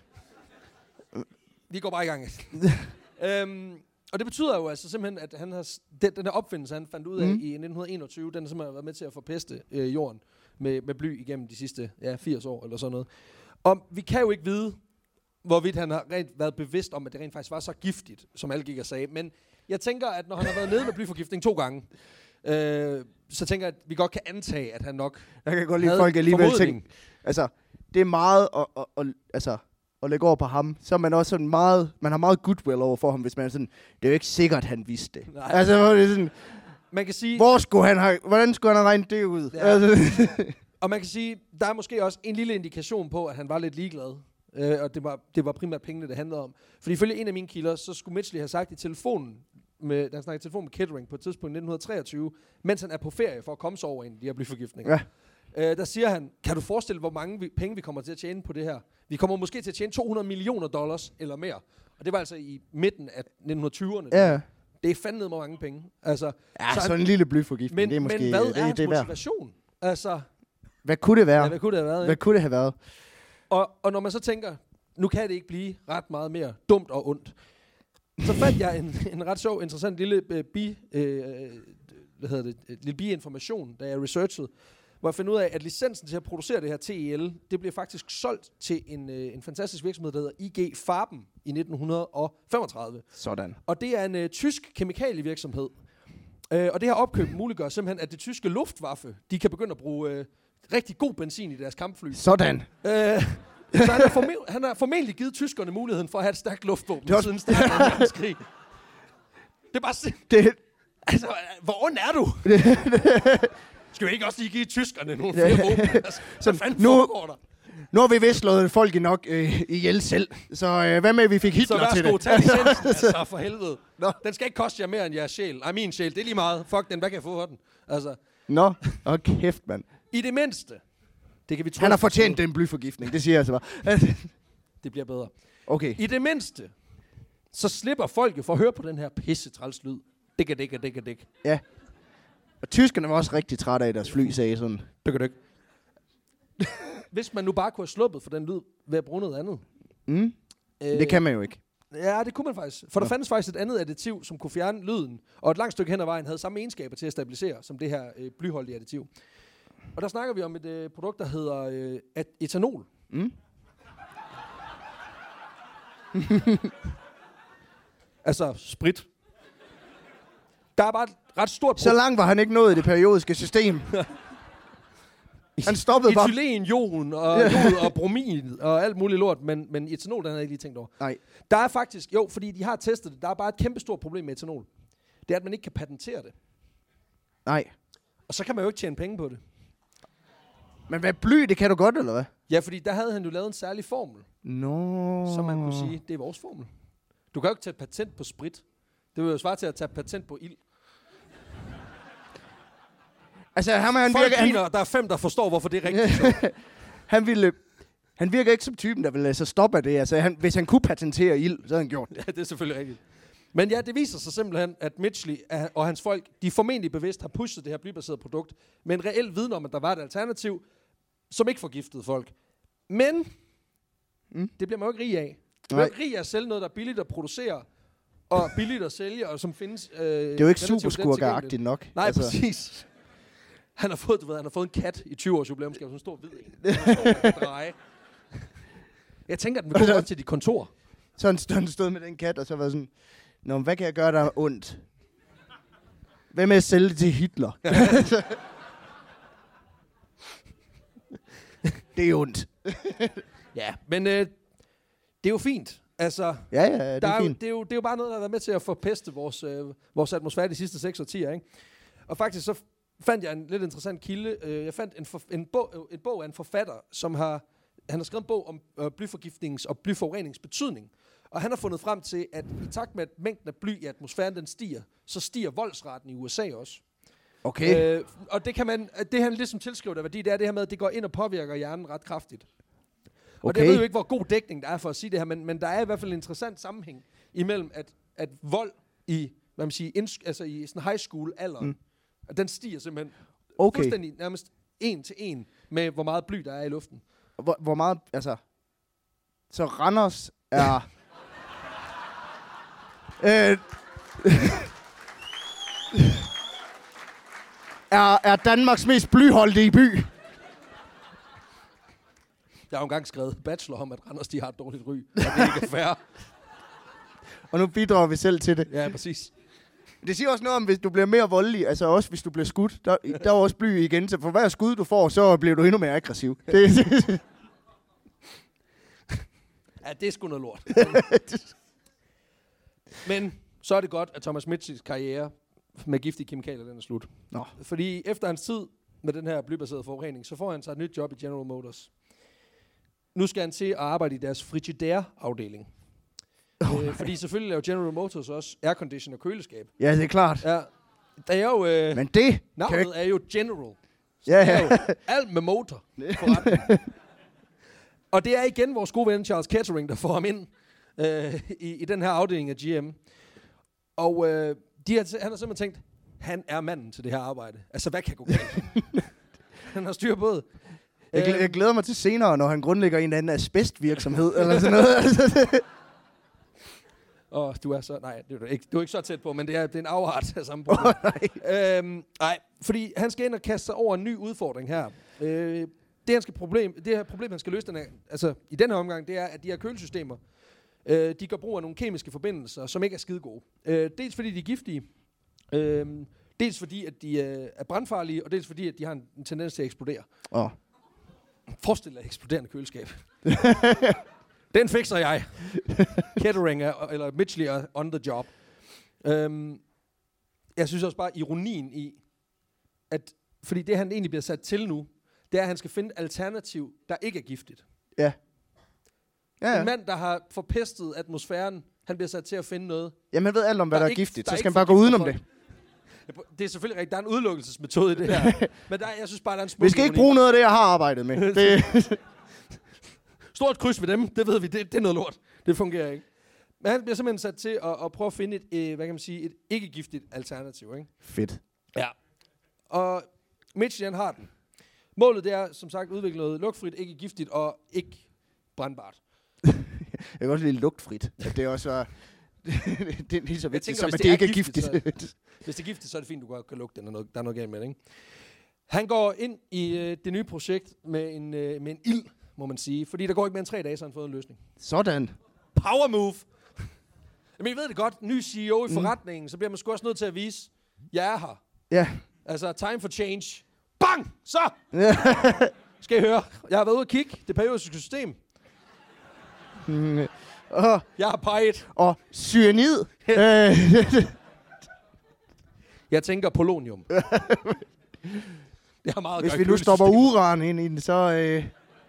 [SPEAKER 4] Vi går bare i gang. øhm, og det betyder jo altså simpelthen, at han har, den, den her opfindelse, han fandt ud af mm. i nitten enogtyve, den har simpelthen været med til at forpeste øh, jorden med, med bly igennem de sidste ja, firs år eller sådan noget. Og vi kan jo ikke vide, hvorvidt han har rent været bevidst om, at det rent faktisk var så giftigt, som alle gik og sagde. Men jeg tænker, at når han har været nede med blyforgiftning to gange, øh, så tænker jeg, at vi godt kan antage, at han nok
[SPEAKER 3] jeg kan godt lide, folk alligevel
[SPEAKER 4] tænke.
[SPEAKER 3] Altså, det er meget at, at, at, altså, at lægge over på ham. Så er man også sådan meget, man har meget goodwill over for ham, hvis man er sådan, det er jo ikke sikkert, han vidste det.
[SPEAKER 4] Nej.
[SPEAKER 3] Altså, hvor det er sådan,
[SPEAKER 4] man kan sige,
[SPEAKER 3] hvor skulle han have, hvordan skulle han have regnet det ud?
[SPEAKER 4] Ja.
[SPEAKER 3] Altså.
[SPEAKER 4] Og man kan sige, der er måske også en lille indikation på, at han var lidt ligeglad. Øh, og det var, det var primært pengene, det handlede om. Fordi ifølge en af mine kilder, så skulle Mitchley have sagt i telefonen, med, da han snakkede i telefon med Kettering på et tidspunkt i nitten treogtyve, mens han er på ferie for at komme sig over en af de her blyforgiftninger. Ja. Øh, der siger han, kan du forestille, hvor mange vi, penge vi kommer til at tjene på det her? Vi kommer måske til at tjene to hundrede millioner dollars eller mere. Og det var altså i midten af nitten tyverne.
[SPEAKER 3] Ja.
[SPEAKER 4] Det er fandme hvor mange penge. Altså,
[SPEAKER 3] ja,
[SPEAKER 4] så
[SPEAKER 3] sådan
[SPEAKER 4] han,
[SPEAKER 3] en lille blyforgiftning,
[SPEAKER 4] men,
[SPEAKER 3] det er måske...
[SPEAKER 4] Men hvad
[SPEAKER 3] det,
[SPEAKER 4] er hans
[SPEAKER 3] det er
[SPEAKER 4] motivation? Altså,
[SPEAKER 3] hvad kunne det være?
[SPEAKER 4] Ja, hvad kunne det have været?
[SPEAKER 3] Hvad kunne det have været?
[SPEAKER 4] Og, og når man så tænker, nu kan det ikke blive ret meget mere dumt og ondt, så fandt jeg en, en ret sjov, interessant lille øh, bi, øh, hvad hedder det, lille bi-information, da jeg researchede, hvor jeg fandt ud af, at licensen til at producere det her T E L, det blev faktisk solgt til en, øh, en fantastisk virksomhed, der hedder I G Farben i nitten femogtredive.
[SPEAKER 3] Sådan.
[SPEAKER 4] Og det er en øh, tysk kemikalievirksomhed. Øh, og det her opkøb muliggør simpelthen, at det tyske Luftwaffe, de kan begynde at bruge øh, rigtig god benzin i deres kampfly.
[SPEAKER 3] Sådan.
[SPEAKER 4] Øh, så han har, formel- han har formentlig givet tyskerne muligheden for at have et stærkt luftvåben også siden starten af verdenskrig. Det er bare sådan...
[SPEAKER 3] Det...
[SPEAKER 4] Altså, hvor ond er du? Skal vi ikke også lige give tyskerne nogle flere våben? Altså, hvad fanden
[SPEAKER 3] nu,
[SPEAKER 4] foregår der?
[SPEAKER 3] Nu har vi vist slået folk i nok øh, ihjel selv. Så øh, hvad med, at vi fik Hitler til det?
[SPEAKER 4] Så værsgo, tag licensen, altså, for helvede. Nå. Den skal ikke koste jer mere end jeres sjæl. Ej, min sjæl, det er lige meget. Fuck den, hvad kan jeg få for den? Altså.
[SPEAKER 3] Nå, og kæft, mand.
[SPEAKER 4] I det mindste. Det kan vi tro.
[SPEAKER 3] Han har fortjent den blyforgiftning, det siger jeg altså bare.
[SPEAKER 4] Det bliver bedre.
[SPEAKER 3] Okay.
[SPEAKER 4] I det mindste, så slipper folk jo for at høre på den her pisse træls lyd. Dæk, dæk, dæk, dæk.
[SPEAKER 3] Ja. Og tyskerne var også rigtig trætte af deres fly, sagde sådan.
[SPEAKER 4] Dæk, dæk. Hvis man nu bare kunne have sluppet for den lyd ved at bruge noget andet.
[SPEAKER 3] Mm. Øh, det kan man jo ikke.
[SPEAKER 4] Ja, det kunne man faktisk. For der fandtes faktisk et andet additiv, som kunne fjerne lyden, og et langt stykke hen ad vejen havde samme egenskaber til at stabilisere, som det her øh, blyholdige additiv. Og der snakker vi om et øh, produkt, der hedder øh, etanol.
[SPEAKER 3] Mm.
[SPEAKER 4] Altså sprit. Der er bare et ret stort...
[SPEAKER 3] Så langt var han ikke nået i det periodiske system. Han stoppede bare...
[SPEAKER 4] Etylen, jorden og jod og bromin og alt muligt lort, men, men etanol, den havde jeg ikke lige tænkt over.
[SPEAKER 3] Nej.
[SPEAKER 4] Der er faktisk... Jo, fordi de har testet det. Der er bare et kæmpe stort problem med etanol. Det er, at man ikke kan patentere det.
[SPEAKER 3] Nej.
[SPEAKER 4] Og så kan man jo ikke tjene penge på det.
[SPEAKER 3] Men hvad bly, det kan du godt, eller hvad?
[SPEAKER 4] Ja, fordi der havde han jo lavet en særlig formel.
[SPEAKER 3] Nå.
[SPEAKER 4] Så man kunne sige, det er vores formel. Du kan jo ikke tage patent på sprit. Det vil jo svare til at tage patent på ild.
[SPEAKER 3] Altså, han, han
[SPEAKER 4] Folk
[SPEAKER 3] virker...
[SPEAKER 4] griner, han... der er fem, der forstår, hvorfor det er rigtigt.
[SPEAKER 3] han ville... Han virker ikke som typen, der vil lade sig stoppe af det. Altså, han, hvis han kunne patentere ild, så havde han gjort det.
[SPEAKER 4] Ja, det er selvfølgelig rigtigt. Men ja, det viser sig simpelthen, at Mitchley og hans folk, de formentlig bevidst har pushet det her blybaserede produkt, med en reel viden om, at der var et alternativ, som ikke forgiftede folk. Men mm. det bliver man jo ikke rig af. Du er ikke rig af at sælge noget, der er billigt at producere, og billigt at sælge, og som findes... Øh,
[SPEAKER 3] det er jo ikke superskurker-agtigt nok.
[SPEAKER 4] Nej, altså. Præcis. Han har fået, du ved, han har fået en kat i tyve års jubilæumsgave, sådan en stor hvid en. Stor dreje. Jeg tænker, at den vil gå godt til dit kontor.
[SPEAKER 3] Så han stod, stod med den kat, og så var sådan, nå, hvad kan jeg gøre, der er ondt? Hvad med at sælge det til Hitler? Det er ondt.
[SPEAKER 4] Ja, men øh, det er jo fint. Altså,
[SPEAKER 3] ja, ja, det er,
[SPEAKER 4] er
[SPEAKER 3] fint.
[SPEAKER 4] Jo, det, er jo, det er jo bare noget, der har været med til at forpeste vores, øh, vores atmosfære de sidste seks årtier, ikke? Og faktisk så fandt jeg en lidt interessant kilde. Jeg fandt en, for, en, bog, en bog af en forfatter, som har, han har skrevet en bog om øh, blyforgiftningens og blyforureningens betydning. Og han har fundet frem til, at i takt med, at mængden af bly i atmosfæren den stiger, så stiger voldsraten i U S A også.
[SPEAKER 3] Okay.
[SPEAKER 4] Øh, og det kan man, det han ligesom tilskriver der værdi, det er det her med, at det går ind og påvirker hjernen ret kraftigt. Og
[SPEAKER 3] Okay.
[SPEAKER 4] det ved jo ikke, hvor god dækning der er for at sige det her, men, men der er i hvert fald en interessant sammenhæng imellem, at, at vold i, hvad man siger, indsk- altså i sådan high school alderen, mm. at den stiger simpelthen
[SPEAKER 3] Okay.
[SPEAKER 4] fuldstændig nærmest en til en med, hvor meget bly der er i luften.
[SPEAKER 3] Hvor, hvor meget, altså... Så Randers er... øh, er, er Danmarks mest blyholdige by.
[SPEAKER 4] Jeg har jo engang skrevet bachelor om, at Randers de har et dårligt ry, og det er ikke fair.
[SPEAKER 3] Og nu bidrager vi selv til det.
[SPEAKER 4] Ja, præcis.
[SPEAKER 3] Det siger også noget om, hvis du bliver mere voldelig, altså også hvis du bliver skudt. Der, der er også bly igen, så for hver skud du får, så bliver du endnu mere aggressiv. Det,
[SPEAKER 4] Ja, det er sgu noget lort. Men så er det godt, at Thomas Mitchells karriere med giftige kemikalier, den er slut.
[SPEAKER 3] Nå.
[SPEAKER 4] Fordi efter hans tid med den her blybaserede forurening, så får han sig et nyt job i General Motors. Nu skal han til at arbejde i deres frigidær-afdeling.
[SPEAKER 3] Oh,
[SPEAKER 4] øh, fordi selvfølgelig laver General Motors også aircondition og køleskab.
[SPEAKER 3] ja, det er klart.
[SPEAKER 4] Ja, der er jo... Øh,
[SPEAKER 3] Men det...
[SPEAKER 4] navnet
[SPEAKER 3] ikke-
[SPEAKER 4] er jo General. Så
[SPEAKER 3] Ja,
[SPEAKER 4] det er
[SPEAKER 3] ja.
[SPEAKER 4] jo alt med motor. forretning. Og det er igen vores gode ven Charles Kettering, der får ham ind øh, i, i den her afdeling af G M. Og øh, de har, han har simpelthen tænkt, han er manden til det her arbejde. Altså, hvad kan gå galt? Han har styr på det.
[SPEAKER 3] Jeg, glæ-
[SPEAKER 4] Øh,
[SPEAKER 3] jeg glæder mig til senere, når han grundlægger en eller anden asbestvirksomhed, eller sådan noget.
[SPEAKER 4] Og du er så... Nej, det er du ikke, du er ikke så tæt på, men det er, det er en afart af samme problem.
[SPEAKER 3] Åh, nej.
[SPEAKER 4] Øhm, nej, fordi han skal ind og kaste sig over en ny udfordring her. Øh, det, han skal problem, det her problem, han skal løse den her, altså, i den her omgang, det er, at de her kølesystemer, øh, de gør brug af nogle kemiske forbindelser, som ikke er skide gode. Øh, dels fordi de er giftige, øh, dels fordi at de øh, er brandfarlige, og dels fordi at de har en, en tendens til at eksplodere.
[SPEAKER 3] Åh.
[SPEAKER 4] Forestil dig et eksploderende køleskab. Den fikser jeg. Kettering er, eller Mitchell er on the job. Øhm, jeg synes også bare ironien i, at fordi det han egentlig bliver sat til nu, det er, at han skal finde et alternativ, der ikke er giftigt.
[SPEAKER 3] Ja. Ja,
[SPEAKER 4] En
[SPEAKER 3] ja.
[SPEAKER 4] mand, der har forpestet atmosfæren, han bliver sat til at finde noget.
[SPEAKER 3] Jamen, han ved alt om, hvad
[SPEAKER 4] Der
[SPEAKER 3] der
[SPEAKER 4] er
[SPEAKER 3] er
[SPEAKER 4] ikke-
[SPEAKER 3] giftigt,
[SPEAKER 4] der
[SPEAKER 3] så
[SPEAKER 4] er
[SPEAKER 3] skal
[SPEAKER 4] ikke
[SPEAKER 3] han bare gå
[SPEAKER 4] forgifter
[SPEAKER 3] udenom
[SPEAKER 4] folk.
[SPEAKER 3] det.
[SPEAKER 4] Det er selvfølgelig rigtigt. Der er en udelukkelsesmetode i det her. Men der, jeg synes bare, der er en smuk
[SPEAKER 3] Vi skal ikke
[SPEAKER 4] ironi.
[SPEAKER 3] bruge noget af det, jeg har arbejdet med. Det,
[SPEAKER 4] Stort kryds ved dem, det ved vi, det, det er noget lort. Det fungerer ikke. Men han bliver simpelthen sat til at, at prøve at finde et, øh, hvad kan man sige, et ikke-giftigt alternativ, ikke?
[SPEAKER 3] fedt.
[SPEAKER 4] Ja. Og Mitchell, han har den. Målet det er, som sagt, at udvikle noget lugtfrit, ikke giftigt og ikke brandbart.
[SPEAKER 3] Jeg kan også lide lugtfrit. At det også er... det er lige så vigtigt,
[SPEAKER 4] tænker,
[SPEAKER 3] som
[SPEAKER 4] hvis
[SPEAKER 3] at
[SPEAKER 4] det
[SPEAKER 3] det
[SPEAKER 4] er
[SPEAKER 3] ikke er
[SPEAKER 4] giftigt,
[SPEAKER 3] giftigt.
[SPEAKER 4] Hvis det er giftigt, så er det fint, du godt kan lugte den, og noget, der er noget galt med det, ikke? Han går ind i øh, det nye projekt med en, øh, med en ild, må man sige. Fordi der går ikke mere end tre dage, så har han fået en løsning.
[SPEAKER 3] Sådan.
[SPEAKER 4] Power move! Jamen, I ved det godt. Ny C E O i forretningen, så bliver man sgu også nødt til at vise, jeg er her.
[SPEAKER 3] Ja.
[SPEAKER 4] Altså, time for change. Bang! Så! Skal I høre? Jeg har været ude at kigge det periodiske system.
[SPEAKER 3] Og,
[SPEAKER 4] Jeg har peget.
[SPEAKER 3] og cyanid. Øh,
[SPEAKER 4] Jeg tænker polonium. Det har meget at
[SPEAKER 3] Hvis
[SPEAKER 4] gøre
[SPEAKER 3] vi
[SPEAKER 4] i
[SPEAKER 3] nu stopper
[SPEAKER 4] kølesystemet.
[SPEAKER 3] uran ind i den, så... Øh,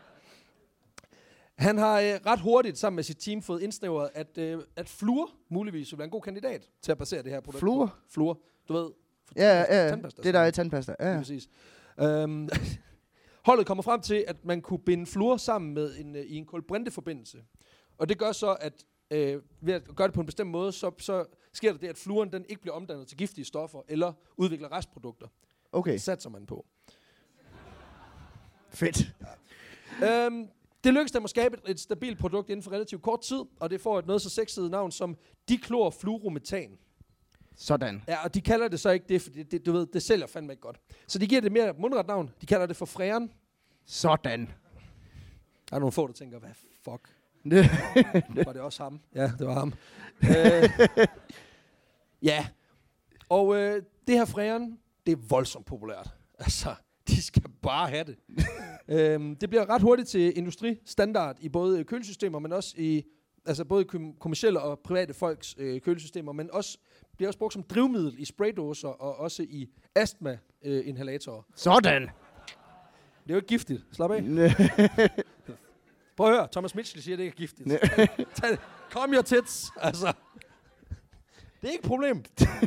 [SPEAKER 4] Han har øh, ret hurtigt sammen med sit team fået indsnævret, at, øh, at fluor muligvis vil være en god kandidat til at basere det her produkt.
[SPEAKER 3] Fluor?
[SPEAKER 4] på. Fluor. Du ved. for
[SPEAKER 3] ja, ja,
[SPEAKER 4] tandpasta-
[SPEAKER 3] ja.
[SPEAKER 4] tandpasta,
[SPEAKER 3] Det der er
[SPEAKER 4] sådan
[SPEAKER 3] i tandpasta. Ja,
[SPEAKER 4] noget.
[SPEAKER 3] ja.
[SPEAKER 4] Lige præcis. Øhm, holdet kommer frem til, at man kunne binde fluor sammen med en, øh, i en kulbrinteforbindelse. Og det gør så, at øh, ved at gøre det på en bestemt måde, så, så sker der det, at fluoren den ikke bliver omdannet til giftige stoffer eller udvikler restprodukter.
[SPEAKER 3] Okay,
[SPEAKER 4] Det satser man på.
[SPEAKER 3] fedt.
[SPEAKER 4] Øhm, det lykkes dem at skabe et, et stabilt produkt inden for relativt kort tid, og det får et noget så sexet navn som diklorfluorometan.
[SPEAKER 3] Sådan.
[SPEAKER 4] Ja, og de kalder det så ikke det, for det, det, du ved, det sælger fandme ikke godt. Så de giver det mere mundret navn. De kalder det for freon.
[SPEAKER 3] Sådan.
[SPEAKER 4] Der er nogle få, der tænker, hvad fuck? Var det også ham? Ja, det var ham. øh, ja, og øh, det her freon, det er voldsomt populært. Altså, de skal bare have det. øhm, det bliver ret hurtigt til industristandard i både kølesystemer, men også i altså både kom- kommercielle og private folks øh, kølesystemer, men også bliver også brugt som drivmiddel i spraydåser og også i astma-inhalatorer.
[SPEAKER 3] Sådan.
[SPEAKER 4] Det er jo ikke giftigt. Slap af. Prøv at høre, Thomas Mitchell siger, at det ikke er giftigt. Tag det. Kom your tits. Altså. Det er ikke et problem.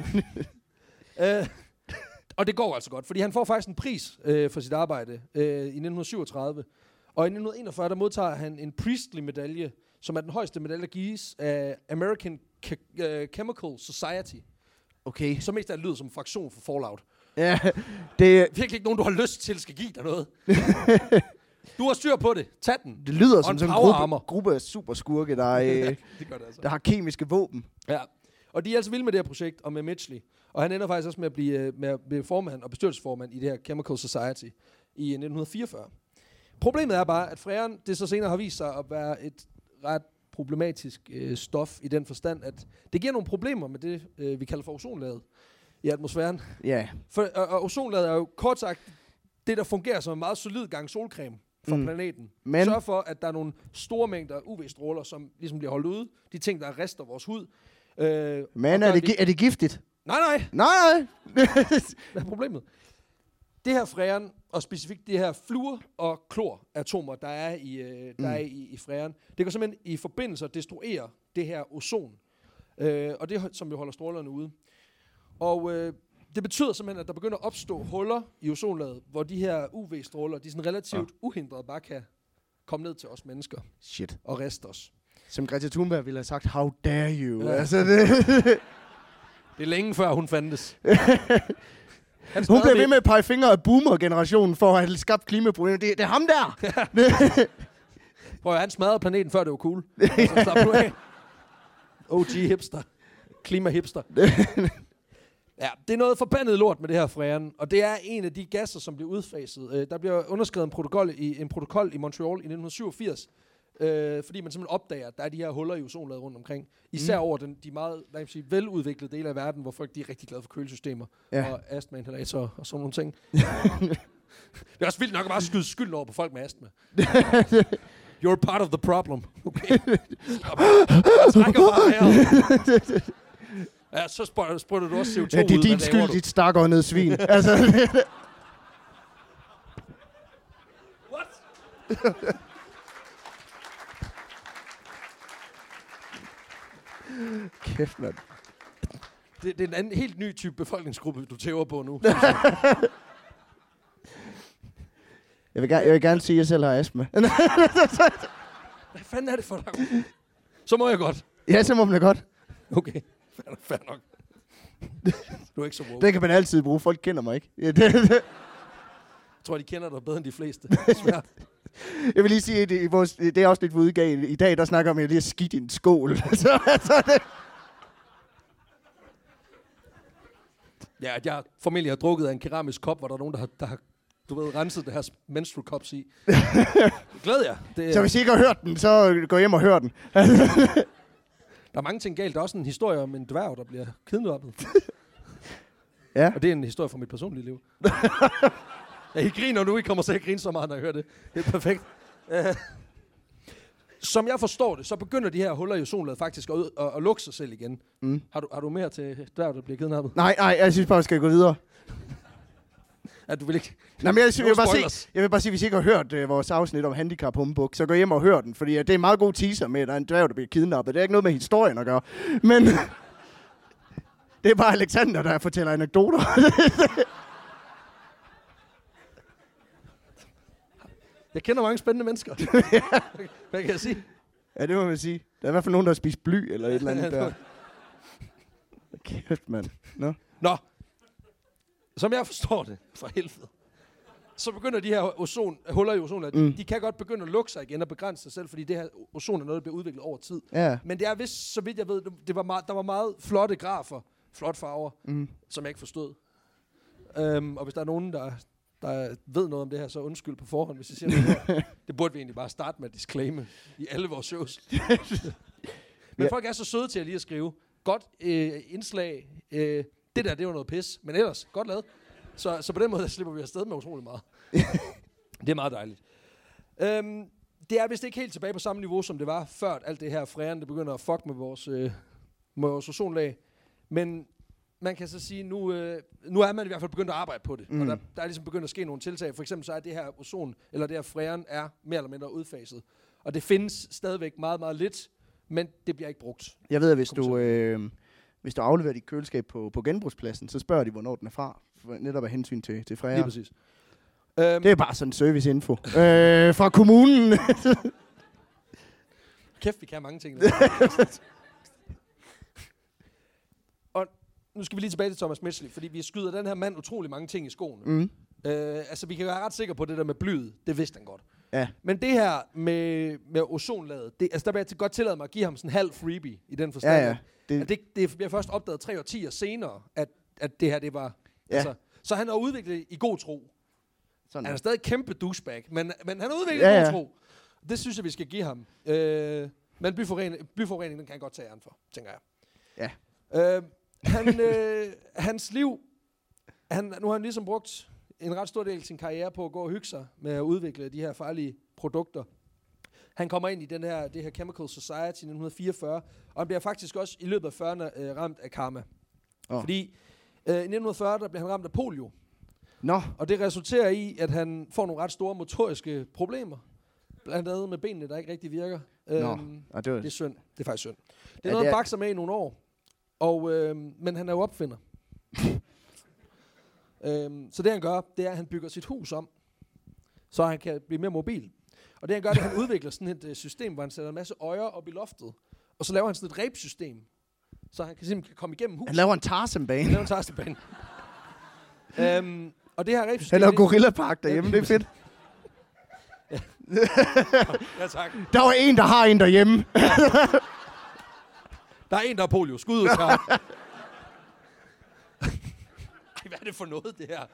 [SPEAKER 4] uh, og det går altså godt, fordi han får faktisk en pris uh, for sit arbejde uh, i nitten syvogtredive. Og i nitten enogfyrre, der modtager han en Priestley-medalje, som er den højeste medalje, der gives af American Ke- uh, Chemical Society.
[SPEAKER 3] Okay.
[SPEAKER 4] Som mest af det lyder som en fraktion for Fallout.
[SPEAKER 3] Ja, det...
[SPEAKER 4] Virkelig ikke nogen, du har lyst til, skal give dig noget. Du har styr på det. Tag den.
[SPEAKER 3] Det lyder
[SPEAKER 4] Og
[SPEAKER 3] som
[SPEAKER 4] en
[SPEAKER 3] sådan en
[SPEAKER 4] power
[SPEAKER 3] gruppe,
[SPEAKER 4] armor.
[SPEAKER 3] gruppe af superskurke, der, øh,
[SPEAKER 4] Det gør det altså.
[SPEAKER 3] der har kemiske våben.
[SPEAKER 4] Ja. Og de er altså vilde med det her projekt, og med Mitchley. Og han ender faktisk også med at blive, med at blive formand og bestyrelsesformand i det her Chemical Society i nitten fireogfyrre. Problemet er bare, at freon, det så senere har vist sig at være et ret problematisk øh, stof i den forstand, at det giver nogle problemer med det, øh, vi kalder for ozonlaget i atmosfæren.
[SPEAKER 3] Ja.
[SPEAKER 4] For, og, og ozonlaget er jo kort sagt det, der fungerer som en meget solid gang solcreme for
[SPEAKER 3] Mm.
[SPEAKER 4] planeten.
[SPEAKER 3] Men-
[SPEAKER 4] Sørg for, at der er nogle store mængder U V-stråler, som ligesom bliver holdt ude. De ting, der rester vores hud. Øh,
[SPEAKER 3] Men
[SPEAKER 4] og
[SPEAKER 3] er
[SPEAKER 4] gør
[SPEAKER 3] det, gi- er det giftigt?
[SPEAKER 4] Nej, nej.
[SPEAKER 3] Nej, nej.
[SPEAKER 4] Hvad er problemet? Det her freon, og specifikt de her fluor- og kloratomer, der er i, øh, der
[SPEAKER 3] Mm.
[SPEAKER 4] er i, i freon, det går simpelthen i forbindelse og destruerer det her ozon. Øh, og det, som jo holder strålerne ude. Og øh, det betyder simpelthen, at der begynder at opstå huller i ozonlaget, hvor de her U V-stråler, de sådan relativt uhindret bare kan komme ned til os mennesker
[SPEAKER 3] Shit.
[SPEAKER 4] og riste os.
[SPEAKER 3] Som Greta Thunberg ville have sagt, how dare you?
[SPEAKER 4] Ja.
[SPEAKER 3] Altså, det
[SPEAKER 4] Det er længe før hun fandtes. Han
[SPEAKER 3] Hun bliver
[SPEAKER 4] stadig-
[SPEAKER 3] ved med at pege fingre af boomer-generationen for at have skabt klimaproblemer. Det, det er ham der!
[SPEAKER 4] Prøv at han smadrede planeten, før det var cool. Altså, slap nu af. O G hipster. Klima-hipster. Ja, det er noget forbandet lort med det her freon, og det er en af de gasser, som bliver udfaset. Øh, der bliver underskrevet en protokol i, en protokol i Montreal i nitten syvogfirs, øh, fordi man simpelthen opdager, at der er de her huller i ozonlaget rundt omkring. Især mm. over den, de meget hvad kan man sige, veludviklede dele af verden, hvor folk de er rigtig glade for kølesystemer
[SPEAKER 3] Ja.
[SPEAKER 4] og astma-inhalator og sådan nogle ting. Det er også vildt nok at bare skyde skylden over på folk med astma. You're part of the problem. Okay. Jeg trækker bare her. Ja, så sprøjter, sprøjter du også C O to
[SPEAKER 3] Ja, det er
[SPEAKER 4] ud.
[SPEAKER 3] din
[SPEAKER 4] Hvad laver
[SPEAKER 3] skyld,
[SPEAKER 4] du?
[SPEAKER 3] dit stakåndede svin. Altså,
[SPEAKER 4] What?
[SPEAKER 3] kæft, mand.
[SPEAKER 4] Det, det er en anden, helt ny type befolkningsgruppe, du tæver på nu.
[SPEAKER 3] Jeg vil, gerne, jeg vil gerne sige, at jeg selv har astma.
[SPEAKER 4] Hvad fanden er det for dig? Så må jeg godt.
[SPEAKER 3] Ja, så må man da godt.
[SPEAKER 4] Okay, fair, fair nok. Du er ikke så woke.
[SPEAKER 3] Det kan man altid bruge. Folk kender mig ikke. Ja, det, det.
[SPEAKER 4] Jeg tror, de kender dig bedre end de fleste. Desværre.
[SPEAKER 3] Jeg vil lige sige, at i vores, det er også lidt udgav. I dag, der snakker om, at jeg lige har skidt i en skål. så, så det.
[SPEAKER 4] Ja, at jeg formentlig har drukket af en keramisk kop, hvor der er nogen, der har, der har du ved, renset det her menstrual cups i. Glæder jeg. Det,
[SPEAKER 3] Så hvis I ikke har hørt den, så gå hjem og hør den.
[SPEAKER 4] Der er mange ting galt. Der er også en historie om en dværg, der bliver kidnappet.
[SPEAKER 3] Ja.
[SPEAKER 4] Og det er en historie fra mit personlige liv. Ja, I griner nu. I kommer til at grine så meget, når I hører det. Det er perfekt. Uh, som jeg forstår det, så begynder de her huller i ozonlaget faktisk at, ud, at, at lukke sig selv igen.
[SPEAKER 3] Mm.
[SPEAKER 4] Har, du, har du mere til dværg, der bliver kidnappet?
[SPEAKER 3] Nej, nej, jeg synes bare, vi skal gå videre.
[SPEAKER 4] Ja, du vil ikke...
[SPEAKER 3] Nej, men jeg, jeg,
[SPEAKER 4] No
[SPEAKER 3] vil bare
[SPEAKER 4] spoilers.
[SPEAKER 3] sige, jeg vil bare sige, hvis I ikke har hørt uh, vores afsnit om handicap humbug, så gå hjem og hør den, fordi uh, det er en meget god teaser med, at der er en dværg, der bliver kidnappet. Det er ikke noget med historien at gøre. Men det er bare Alexander, der fortæller anekdoter.
[SPEAKER 4] Jeg kender mange spændende mennesker. Hvad kan jeg sige?
[SPEAKER 3] Ja, det må man sige. Der er i hvert fald nogen, der har spist bly eller et eller andet der. Kæft, mand. Nå.
[SPEAKER 4] Nå, som jeg forstår det, for helvede, så begynder de her ozon, huller i ozonlaget,
[SPEAKER 3] Mm.
[SPEAKER 4] mm. de kan godt begynde at lukke sig igen og begrænse sig selv, fordi det her ozon er noget, der bliver udviklet over tid.
[SPEAKER 3] Ja.
[SPEAKER 4] Men det er vist, så vidt jeg ved, det var meget, der var meget flotte grafer, flot farver,
[SPEAKER 3] Mm.
[SPEAKER 4] som jeg ikke forstod. Um, og hvis der er nogen, der, der ved noget om det her, så undskyld på forhånd, hvis jeg siger noget her. Det burde vi egentlig bare starte med at disclaime i alle vores shows. Men
[SPEAKER 3] Ja.
[SPEAKER 4] folk er så søde til at lige at skrive, godt øh, indslag, øh, det der, det var noget pis, men ellers, godt lavet. Så, så på den måde slipper vi afsted med utrolig meget. Det er meget dejligt. Um, det er vist ikke helt tilbage på samme niveau, som det var før, at alt det her freon, det begynder at fuck med vores, øh, med vores ozonlag. Men man kan så sige, nu, øh, nu er man i hvert fald begyndt at arbejde på det. Mm. Og der, der er ligesom begyndt at ske nogle tiltag. For eksempel så er det her ozon, eller det her freon, er mere eller mindre udfaset. Og Og det findes stadigvæk meget, meget lidt, men det bliver ikke brugt.
[SPEAKER 3] Jeg ved, at hvis du, øh, hvis du afleverer dit køleskab på, på genbrugspladsen, så spørger de, hvornår den er fra. For netop af hensyn til, til fræren.
[SPEAKER 4] Lige præcis. Øhm,
[SPEAKER 3] Det er bare sådan en serviceinfo. øh, fra kommunen.
[SPEAKER 4] Kæft, vi kan mange ting. Og nu skal vi lige tilbage til Thomas Mitchell, fordi vi skyder den her mand utrolig mange ting i skoene.
[SPEAKER 3] Mm.
[SPEAKER 4] Øh, altså, vi kan være ret sikre på det der med blyet. Det vidste han godt.
[SPEAKER 3] Ja.
[SPEAKER 4] Men det her med, med ozonlaget, det, altså der vil jeg godt tillade mig at give ham sådan en halv freebie i den forstand.
[SPEAKER 3] Ja, ja.
[SPEAKER 4] Det, det, det bliver først opdaget tre årtier senere, at, at det her, det var...
[SPEAKER 3] Ja.
[SPEAKER 4] Altså, så han har udviklet det i god tro.
[SPEAKER 3] Sådan
[SPEAKER 4] Han er
[SPEAKER 3] der.
[SPEAKER 4] stadig kæmpe douchebag, men, men han har udviklet
[SPEAKER 3] Ja,
[SPEAKER 4] det i
[SPEAKER 3] ja.
[SPEAKER 4] god tro. Det synes jeg, vi skal give ham. Øh, men blyforurening, blyforurening, den kan han godt tage æren for, tænker jeg.
[SPEAKER 3] Ja.
[SPEAKER 4] Øh, han, øh, hans liv... Han, nu har han ligesom brugt en ret stor del af sin karriere på at gå og hygge sig med at udvikle de her farlige produkter. Han kommer ind i den her, det her Chemical Society i nitten fireogfyrre, og han bliver faktisk også i løbet af fyrrerne øh, ramt af karma.
[SPEAKER 3] Oh.
[SPEAKER 4] Fordi øh, i nitten fyrre, der bliver han ramt af polio,
[SPEAKER 3] Nå,
[SPEAKER 4] og det resulterer i, at han får nogle ret store motoriske problemer. Blandt andet med benene, der ikke rigtig virker.
[SPEAKER 3] Nå.
[SPEAKER 4] Øhm,
[SPEAKER 3] Og det var...
[SPEAKER 4] det er synd. Det er faktisk synd. Det er
[SPEAKER 3] Ja,
[SPEAKER 4] noget,
[SPEAKER 3] det
[SPEAKER 4] han
[SPEAKER 3] er-
[SPEAKER 4] bakser med i nogle år. Og, øhm, men han er jo opfinder. øhm, så det han gør, det er, at han bygger sit hus om, så han kan blive mere mobil. Og det han gør, det er, at han udvikler sådan et uh, system, hvor han sætter en masse øjer op i loftet. Og så laver han sådan et rebsystem, så han kan simpelthen komme igennem huset.
[SPEAKER 3] Han laver en
[SPEAKER 4] Han
[SPEAKER 3] Tarzan-bane.
[SPEAKER 4] laver en tarsebane. øhm, og det her rebsystem...
[SPEAKER 3] Han laver
[SPEAKER 4] det-
[SPEAKER 3] Gorilla Park derhjemme, det er fedt.
[SPEAKER 4] Ja, tak.
[SPEAKER 3] Der var en, der har en derhjemme.
[SPEAKER 4] Der er en, der er polio. Skud ud, Karl. Ej, hvad er det for noget, det her?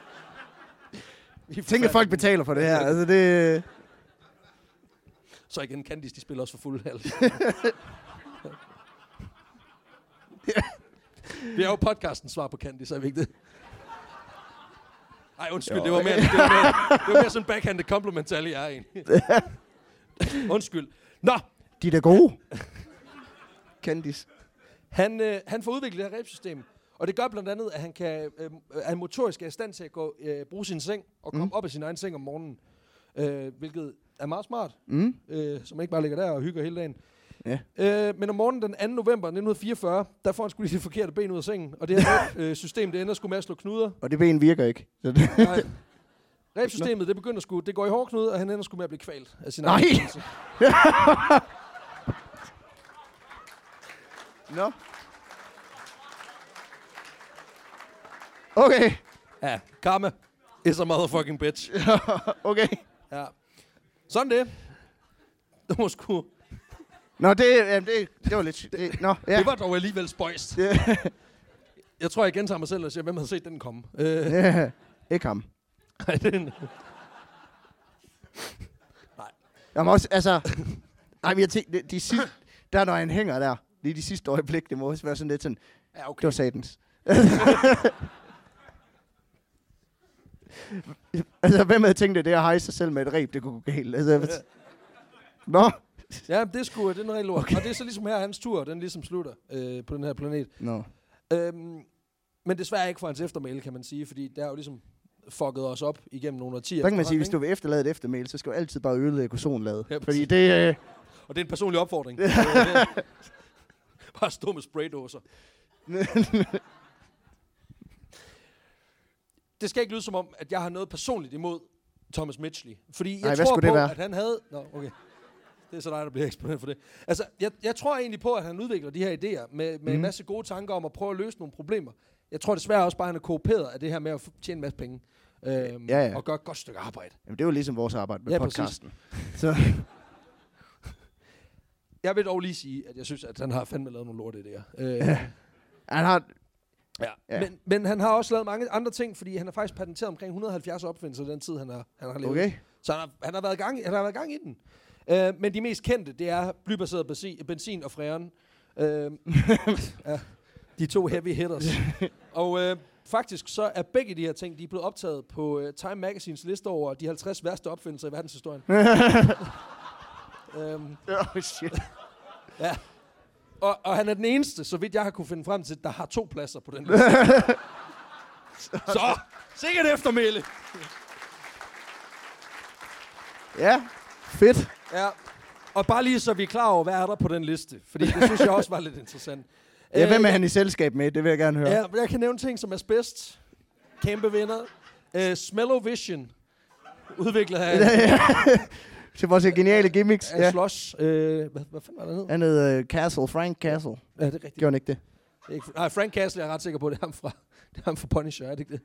[SPEAKER 3] Tænk, at folk betaler for det her. Altså, det...
[SPEAKER 4] Så igen, Candice, de spiller også for fuld hal. Vi er jo podcasten svar på Candice, er vi ikke det? Ej, undskyld, det var, mere, det, var mere, det var mere sådan en backhanded compliment til alle jer, egentlig. Undskyld. Nå,
[SPEAKER 3] De er da gode. Candice.
[SPEAKER 4] han, øh, han får udviklet det her rebsystem, og det gør blandt andet, at han kan øh, er motorisk er i stand til at gå, øh, bruge sin seng og komme
[SPEAKER 3] Mm.
[SPEAKER 4] op af sin egen seng om morgenen, øh, hvilket er meget smart,
[SPEAKER 3] Mm.
[SPEAKER 4] øh, så man ikke bare ligger der og hygger hele dagen.
[SPEAKER 3] Ja.
[SPEAKER 4] Øh, men om morgenen den anden november nitten fireogfyrre, der får han sgu lige det forkerte ben ud af sengen, og det her øh, system, det ender sgu med at slå knuder.
[SPEAKER 3] Og det ben virker ikke. Så det...
[SPEAKER 4] Nej. Rebsystemet, det begynder sgu, det går i hårdknude, og han ender sgu med at blive kvalt af sin
[SPEAKER 3] Nej.
[SPEAKER 4] egen bevægelse.
[SPEAKER 3] Nå. Okay.
[SPEAKER 4] Ja, karma is a motherfucking bitch.
[SPEAKER 3] Okay.
[SPEAKER 4] Ja. Sådan det. Det var sgu...
[SPEAKER 3] Nå, det, jamen, det, det var lidt... Det, nå, ja.
[SPEAKER 4] Det var dog alligevel spøjst.
[SPEAKER 3] Det,
[SPEAKER 4] Jeg tror, jeg gentager mig selv og siger, hvem havde set den komme? Øh,
[SPEAKER 3] ja. Ikke ham.
[SPEAKER 4] nej, det er en...
[SPEAKER 3] Jamen også, altså... Nej, men jeg tænkte, de, de sidste... Der, når han hænger der, lige de sidste øjeblik, det må også være sådan lidt sådan...
[SPEAKER 4] Ja, okay.
[SPEAKER 3] Det var satans. Altså, hvem havde tænkt det, det at hejse sig selv med et reb, det kunne gå galt. Altså, nå.
[SPEAKER 4] Ja, det er sgu det er noget rigtig lort. Okay. Og det er så ligesom her, hans tur, den ligesom slutter øh, på den her planet.
[SPEAKER 3] Nå.
[SPEAKER 4] Øhm, men desværre ikke for hans eftermæle, kan man sige, fordi det har jo ligesom fucket os op igennem nogle årtier.
[SPEAKER 3] Så kan man sige,
[SPEAKER 4] efterhånden,
[SPEAKER 3] hvis du vil efterlade et eftermæl, så skal du altid bare ødelægge ozonlaget.
[SPEAKER 4] Ja,
[SPEAKER 3] Fordi
[SPEAKER 4] præcis.
[SPEAKER 3] det... Øh,
[SPEAKER 4] ikke? Og det er en personlig opfordring. Øh, Bare stå med spraydåser. Det skal ikke lyde som om, at jeg har noget personligt imod Thomas Mitchell. Fordi jeg
[SPEAKER 3] Ej, hvad
[SPEAKER 4] tror
[SPEAKER 3] skulle det
[SPEAKER 4] på,
[SPEAKER 3] være?
[SPEAKER 4] at han havde... Nå, okay. Det er så dig, der bliver eksponeret for det. Altså, jeg, jeg tror egentlig på, at han udvikler de her idéer med, med mm. en masse gode tanker om at prøve at løse nogle problemer. Jeg tror desværre også bare, at han er kooperet af det her med at f- tjene en masse penge. Øhm,
[SPEAKER 3] Ja, ja.
[SPEAKER 4] Og gøre et godt stykke arbejde.
[SPEAKER 3] Jamen, det er jo ligesom vores arbejde med
[SPEAKER 4] Ja,
[SPEAKER 3] ja,
[SPEAKER 4] præcis.
[SPEAKER 3] podcasten. Så,
[SPEAKER 4] Jeg vil dog lige sige, at jeg synes, at han har fandme lavet nogle lorte idéer. Øh,
[SPEAKER 3] han har...
[SPEAKER 4] Ja.
[SPEAKER 3] Ja.
[SPEAKER 4] Men, men han har også lavet mange andre ting, fordi han har faktisk patenteret omkring et hundrede og halvfjerds opfindelser i den tid, han har, han har levet.
[SPEAKER 3] Okay.
[SPEAKER 4] Så han har, han, har været gang, han har været gang i den. Uh, men de mest kendte, det er blybaseret benzin, benzin og freon. Uh, ja, de to heavy hitters. Og uh, faktisk så er begge de her ting, de er blevet optaget på uh, Time Magazines liste over de halvtreds værste opfindelser i verdenshistorien. um,
[SPEAKER 3] Oh, shit.
[SPEAKER 4] ja. Og, og han er den eneste, så vidt jeg har kunne finde frem til, der har to pladser på den liste. Så, sikkert eftermæle.
[SPEAKER 3] Ja, fedt.
[SPEAKER 4] Ja. Og bare lige så vi er klar over, hvad er der på den liste. Fordi det synes jeg også var lidt interessant.
[SPEAKER 3] Ja, hvem er han i selskab med? Det vil jeg gerne høre.
[SPEAKER 4] Ja, jeg kan nævne ting som asbest. Kæmpe vinder. Uh, Smellovision. Udviklet af...
[SPEAKER 3] Det var så geniale gimmicks.
[SPEAKER 4] Af
[SPEAKER 3] Ja.
[SPEAKER 4] Slush. Uh, hvad, hvad fanden var det hed?
[SPEAKER 3] Han hed uh, Castle, Frank Castle.
[SPEAKER 4] Ja, det er rigtigt.
[SPEAKER 3] Gjorde han ikke det?
[SPEAKER 4] Det er ikke, nej, Frank Castle er jeg ret sikker på, det er ham fra, det er ham fra Punisher, er det ikke det?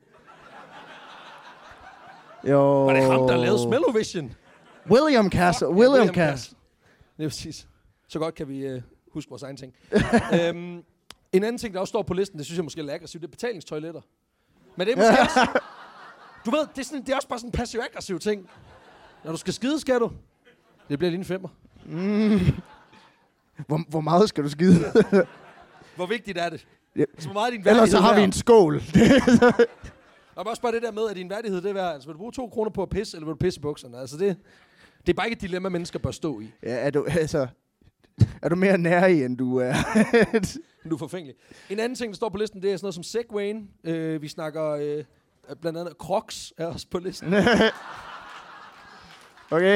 [SPEAKER 3] Jo.
[SPEAKER 4] Var det ham, der lavede Smellovision?
[SPEAKER 3] William Castle.
[SPEAKER 4] Fuck,
[SPEAKER 3] William,
[SPEAKER 4] ja,
[SPEAKER 3] William Castle.
[SPEAKER 4] Det er præcis. Så godt kan vi uh, huske vores egen ting. øhm, en anden ting, der også står på listen, det synes jeg måske er lidt aggressivt, det er betalingstoiletter. Men det er måske også... Du ved, det er, sådan, det er også bare sådan en passiv-aggressiv ting. Når du skal skide, skal du. Det bliver lige en femmer.
[SPEAKER 3] Mm. Hvor, hvor meget skal du skide?
[SPEAKER 4] Hvor vigtigt er det?
[SPEAKER 3] Ja.
[SPEAKER 4] Så hvor meget er din værdighed
[SPEAKER 3] Ellers så har
[SPEAKER 4] værd?
[SPEAKER 3] vi en skål.
[SPEAKER 4] Og også bare det der med, at din værdighed det er værd. Altså, vil du bruge to kroner på at pisse, eller vil du pisse i bukserne? Altså, det, det er bare ikke et dilemma, mennesker bør stå i.
[SPEAKER 3] Ja, er du, altså, er du mere nærig, end du er?
[SPEAKER 4] Du er forfængelig. En anden ting, der står på listen, det er sådan noget som Segwayen. Øh, vi snakker øh, blandt andet Crocs er også på listen.
[SPEAKER 3] Okay.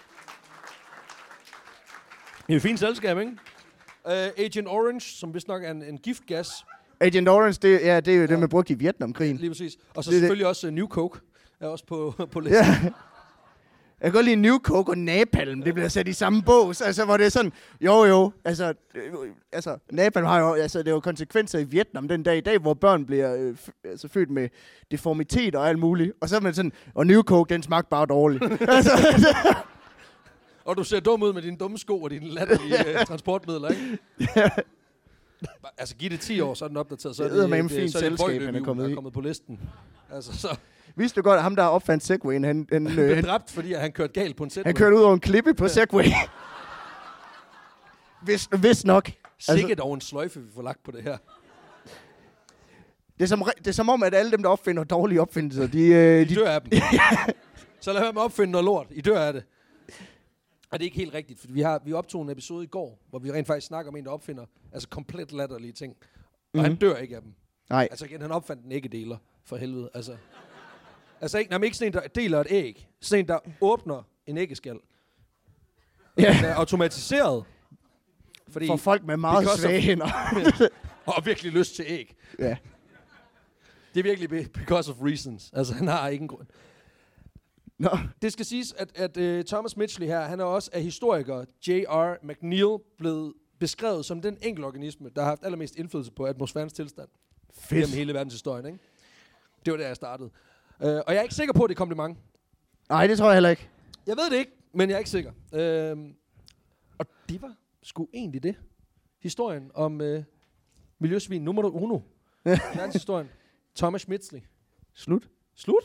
[SPEAKER 4] Det er et fint selskab, ikke? Uh, Agent Orange, som vist nok er en, en giftgas.
[SPEAKER 3] Agent Orange, det, ja, det er jo ja. det,
[SPEAKER 4] Ja.
[SPEAKER 3] man brugte i Vietnamkrigen.
[SPEAKER 4] Lige præcis. Og så
[SPEAKER 3] Det er
[SPEAKER 4] selvfølgelig det. også uh, New Coke er også på, på listen.
[SPEAKER 3] Ja. Jeg kan godt lide New Coke og Napalm. Det bliver sat i samme bås. Altså, hvor det er sådan, jo jo, altså, øh, altså Napalm har jo, altså, det er jo konsekvenser i Vietnam den dag i dag, hvor børn bliver øh, f- altså, født med deformitet og alt muligt. Og så er man sådan, og New Coke, den smagte bare dårligt. altså,
[SPEAKER 4] Og du ser dum ud med dine dumme sko og dine latterlige uh, transportmidler, ikke?
[SPEAKER 3] ja.
[SPEAKER 4] Altså, giv det ti år, så er den opdateret. Så er
[SPEAKER 3] Det er
[SPEAKER 4] det,
[SPEAKER 3] eddermame
[SPEAKER 4] det,
[SPEAKER 3] fint
[SPEAKER 4] så er det
[SPEAKER 3] selskab,
[SPEAKER 4] Void
[SPEAKER 3] han er
[SPEAKER 4] Review,
[SPEAKER 3] kommet
[SPEAKER 4] der
[SPEAKER 3] i.
[SPEAKER 4] er kommet på listen. Altså, så
[SPEAKER 3] Vidste du godt, at ham, der opfandt Segwayen, han, han, øh,
[SPEAKER 4] blev
[SPEAKER 3] han,
[SPEAKER 4] dræbt, fordi han kørte galt på en Segway.
[SPEAKER 3] han kørte ud over en klippe på Segway. Hvis, hvis nok.
[SPEAKER 4] Sikkert altså, over en sløjfe, vi får lagt på det her.
[SPEAKER 3] Det er, som, re- det er som om, at alle dem, der opfinder dårlige opfindelser, de... Øh,
[SPEAKER 4] De dør af dem. Så lad være med at opfinde noget lort. I dør af det. Og det er ikke helt rigtigt, for vi har vi optog en episode i går, hvor vi rent faktisk snakker om en, der opfinder altså komplet latterlige ting. Og mm-hmm. han dør ikke af dem.
[SPEAKER 3] Nej.
[SPEAKER 4] Altså igen, han opfandt en æggedeler, for helvede. Altså, altså ikke, nej, men ikke sådan en, der deler et æg. Sådan en, der åbner en æggeskal.
[SPEAKER 3] Ja.
[SPEAKER 4] Den er automatiseret. Fordi
[SPEAKER 3] For folk med meget
[SPEAKER 4] because
[SPEAKER 3] svage
[SPEAKER 4] of-
[SPEAKER 3] hænder.
[SPEAKER 4] og har virkelig lyst til æg.
[SPEAKER 3] Ja.
[SPEAKER 4] Det er virkelig be- because of reasons. Altså, han har ikke en grund.
[SPEAKER 3] Nå.
[SPEAKER 4] Det skal siges, at, at uh, Thomas Mitchell her, han er også af historiker J R McNeil blevet beskrevet som den enkelte organisme, der har haft allermest indflydelse på atmosfærens tilstand. Gennem
[SPEAKER 3] Fedt.
[SPEAKER 4] hele verdenshistorien, ikke? Det var der, jeg startede. Uh, og jeg er ikke sikker på, at det er kompliment.
[SPEAKER 3] Nej, det tror jeg heller ikke.
[SPEAKER 4] Jeg ved det ikke, men jeg er ikke sikker. Uh, og det var sgu egentlig det. Historien om uh, miljøsvin nummer uno. Verdenshistorien. Thomas Mitchell.
[SPEAKER 3] Slut.
[SPEAKER 4] Slut.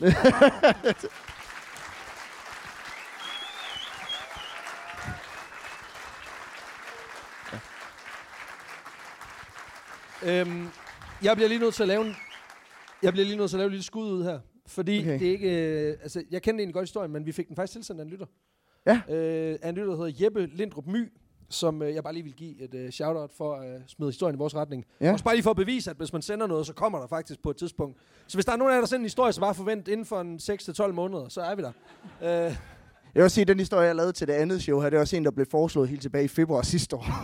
[SPEAKER 4] øhm, jeg bliver lige nødt til at lave en, jeg bliver lige nødt til at lave et lille skud ud her, fordi
[SPEAKER 3] Okay.
[SPEAKER 4] det er ikke, øh, altså jeg kender egentlig godt historien, men vi fik den faktisk tilsendt af en lytter.
[SPEAKER 3] Ja.
[SPEAKER 4] Øh, af en lytter, der hedder Jeppe Lindrup My, som øh, jeg bare lige vil give et øh, shout-out for at øh, smide historien i vores retning.
[SPEAKER 3] Ja.
[SPEAKER 4] Også bare lige for at bevise, at hvis man sender noget, så kommer der faktisk på et tidspunkt. Så hvis der er nogen af jer, der sender en historie, så bare forvent inden for en seks til tolv måneder, så er vi der. Øh,
[SPEAKER 3] Jeg vil også sige, at den historie, jeg lavede til det andet show her, det er også en, der blev foreslået helt tilbage i februar sidste år.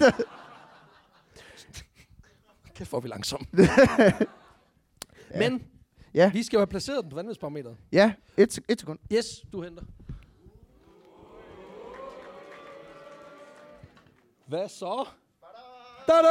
[SPEAKER 4] kæft, hvor er vi langsomme.
[SPEAKER 3] Ja.
[SPEAKER 4] Men
[SPEAKER 3] Ja.
[SPEAKER 4] vi skal jo have placeret den på vanvidsparameteret.
[SPEAKER 3] Ja, et, sek- et sekund.
[SPEAKER 4] Yes, du henter. Hvad så? Tada!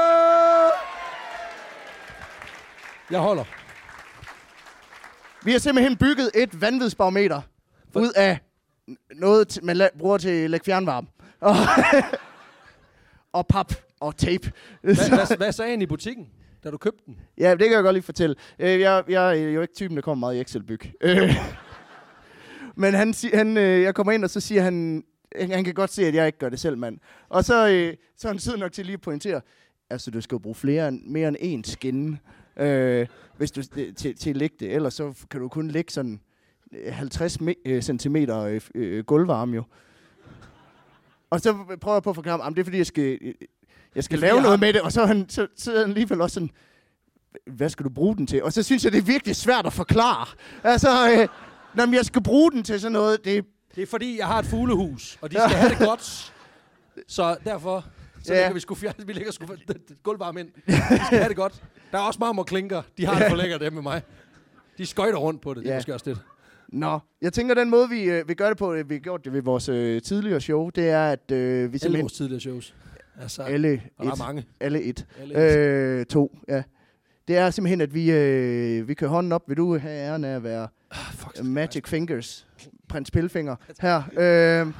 [SPEAKER 4] Jeg holder.
[SPEAKER 3] Vi har simpelthen bygget et vanvidsbarometer
[SPEAKER 4] For-
[SPEAKER 3] ud af n- noget, t- man la- bruger til at lægge fjernvarme. Og, og pap og tape.
[SPEAKER 4] Hvad, hvad, hvad sagde han i butikken, da du købte den?
[SPEAKER 3] Ja, det kan jeg godt lige fortælle. Øh, Jeg, jeg er jo ikke typen, der kommer meget i Excel-byg. Øh, Men han, si- han, øh, jeg kommer ind, og så siger han, han han kan godt se, at jeg ikke gør det selv, mand. Og så, øh, så er han sød nok til lige at pointere, altså du skal jo bruge flere, end- mere end én skinne, øh, hvis du, øh, til, til at lægge det. Ellers så kan du kun lægge sådan øh, halvtreds me- øh, centimeter øh, øh, gulvvarme jo. Og så prøver jeg på at forklare ham, "Jamen, det er fordi, jeg skal, øh, jeg skal
[SPEAKER 4] Det er
[SPEAKER 3] lave
[SPEAKER 4] fordi, jeg
[SPEAKER 3] noget
[SPEAKER 4] har-
[SPEAKER 3] med det. Og så er han, så, så er han alligevel også sådan, hvad skal du bruge den til? Og så synes jeg, det er virkelig svært at forklare. Altså, øh, når jeg skal bruge den til sådan noget, det
[SPEAKER 4] Det er fordi, jeg har et fuglehus, og de skal have det godt. Så derfor, så
[SPEAKER 3] Ja.
[SPEAKER 4] lægger vi sgu fjerne, vi lægger sgu gulvvarme ind. Vi skal have det godt. Der er også marmorklinker. De har det for lækkert dem med mig. De skøjter rundt på det. Det er
[SPEAKER 3] Ja.
[SPEAKER 4] måske også det.
[SPEAKER 3] Nå, jeg tænker, den måde, vi, øh, vi gør det på, øh, vi har gjort det ved vores øh, tidligere show, det er, at øh, vi
[SPEAKER 4] Alle
[SPEAKER 3] simpelthen...
[SPEAKER 4] vores tidligere shows. Altså,
[SPEAKER 3] Alle
[SPEAKER 4] og der er
[SPEAKER 3] et.
[SPEAKER 4] mange.
[SPEAKER 3] Alle et.
[SPEAKER 4] Alle et.
[SPEAKER 3] Øh, to, ja. Det er simpelthen, at vi, øh, vi kører hånden op. Vil du have æren af at være
[SPEAKER 4] Ah, fuck,
[SPEAKER 3] uh, Magic Fingers? Prins Pilfinger. Her. Øh,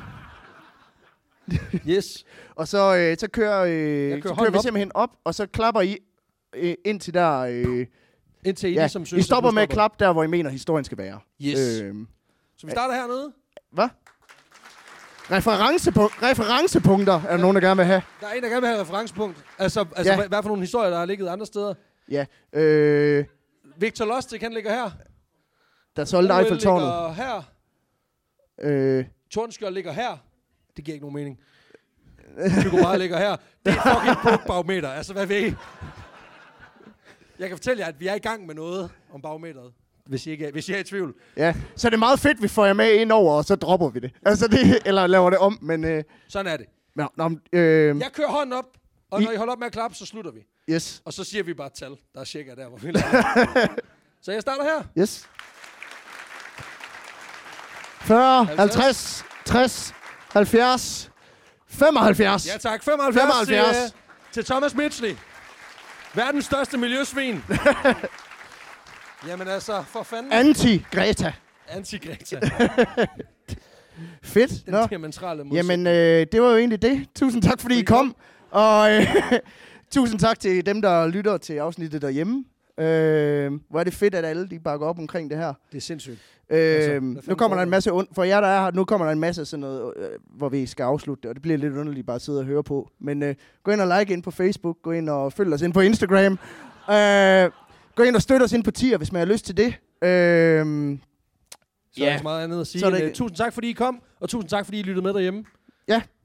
[SPEAKER 4] Yes.
[SPEAKER 3] og så, øh, så kører, øh,
[SPEAKER 4] kører
[SPEAKER 3] så kører
[SPEAKER 4] hånden
[SPEAKER 3] vi
[SPEAKER 4] op.
[SPEAKER 3] simpelthen op, og så klapper I øh, ind til der... Øh,
[SPEAKER 4] Indtil I
[SPEAKER 3] ja,
[SPEAKER 4] ligesom synes,
[SPEAKER 3] I stopper
[SPEAKER 4] at nu
[SPEAKER 3] med at klappe der, hvor I mener, historien skal være.
[SPEAKER 4] Yes.
[SPEAKER 3] Øh,
[SPEAKER 4] Så vi starter hernede.
[SPEAKER 3] hvad? Referencepunk- referencepunkter er der nogen, der gerne vil have.
[SPEAKER 4] Der er en, der gerne vil have et referencepunkt. Altså, altså
[SPEAKER 3] Ja.
[SPEAKER 4] hvad, hvad for nogle historier, der har ligget andre steder?
[SPEAKER 3] Ja. Øh,
[SPEAKER 4] Victor Lustig, han ligger her.
[SPEAKER 3] der solgte
[SPEAKER 4] Oluel
[SPEAKER 3] Eiffeltårnet.
[SPEAKER 4] ligger her.
[SPEAKER 3] Øh,
[SPEAKER 4] Tordenskjold ligger her. Det giver ikke nogen mening. Tycho Brahe ligger her. Det er fucking punktbarometer. Altså, hvad ved I? Jeg kan fortælle jer, at vi er i gang med noget om barometeret. Hvis I, ikke er, hvis I er i tvivl.
[SPEAKER 3] ja, så det er meget fedt, vi får jer med ind over, og så dropper vi det. Altså det, eller laver det om, men... Øh,
[SPEAKER 4] Sådan er det.
[SPEAKER 3] nå, nå, øh,
[SPEAKER 4] Jeg kører hånden op, og
[SPEAKER 3] I-
[SPEAKER 4] når I holder op med at klappe, så slutter vi.
[SPEAKER 3] yes,
[SPEAKER 4] Og så siger vi bare et tal. Der er cirka der, hvor vi lander. Så jeg starter her.
[SPEAKER 3] yes. fyrre,
[SPEAKER 4] halvtreds,
[SPEAKER 3] halvtreds, tres, halvfjerds, femoghalvfjerds.
[SPEAKER 4] Ja tak, femoghalvfjerds,
[SPEAKER 3] femoghalvfjerds.
[SPEAKER 4] Til, øh, til Thomas Mitchell. Verdens største miljøsvin. Jamen altså, for fanden.
[SPEAKER 3] Anti-Greta.
[SPEAKER 4] Anti-Greta.
[SPEAKER 3] Fedt.
[SPEAKER 4] Den
[SPEAKER 3] Nå.
[SPEAKER 4] diametrale modsætning.
[SPEAKER 3] Jamen, øh, det var jo egentlig det. Tusind tak, fordi I kom. Og øh, tusind tak til dem, der lytter til afsnittet derhjemme. Øh, hvor er det fedt, at alle de bakker op omkring det her.
[SPEAKER 4] Det er sindssygt.
[SPEAKER 3] Øh,
[SPEAKER 4] Altså, hvad
[SPEAKER 3] nu
[SPEAKER 4] fanden
[SPEAKER 3] kommer der en
[SPEAKER 4] foregår?
[SPEAKER 3] masse und- for jer der er her, nu kommer der en masse sådan noget, øh, hvor vi skal afslutte det, og det bliver lidt underligt bare at sidde og høre på. Men øh, gå ind og like ind på Facebook, gå ind og følg os ind på Instagram. Øh, gå ind og støt os ind på tier, hvis man har lyst til det. Øh,
[SPEAKER 4] Så er der
[SPEAKER 3] Ja.
[SPEAKER 4] ikke så meget andet at sige.
[SPEAKER 3] Så er
[SPEAKER 4] End,
[SPEAKER 3] det-
[SPEAKER 4] øh, tusind tak, fordi I kom, og tusind tak, fordi I lyttede med derhjemme.
[SPEAKER 3] ja,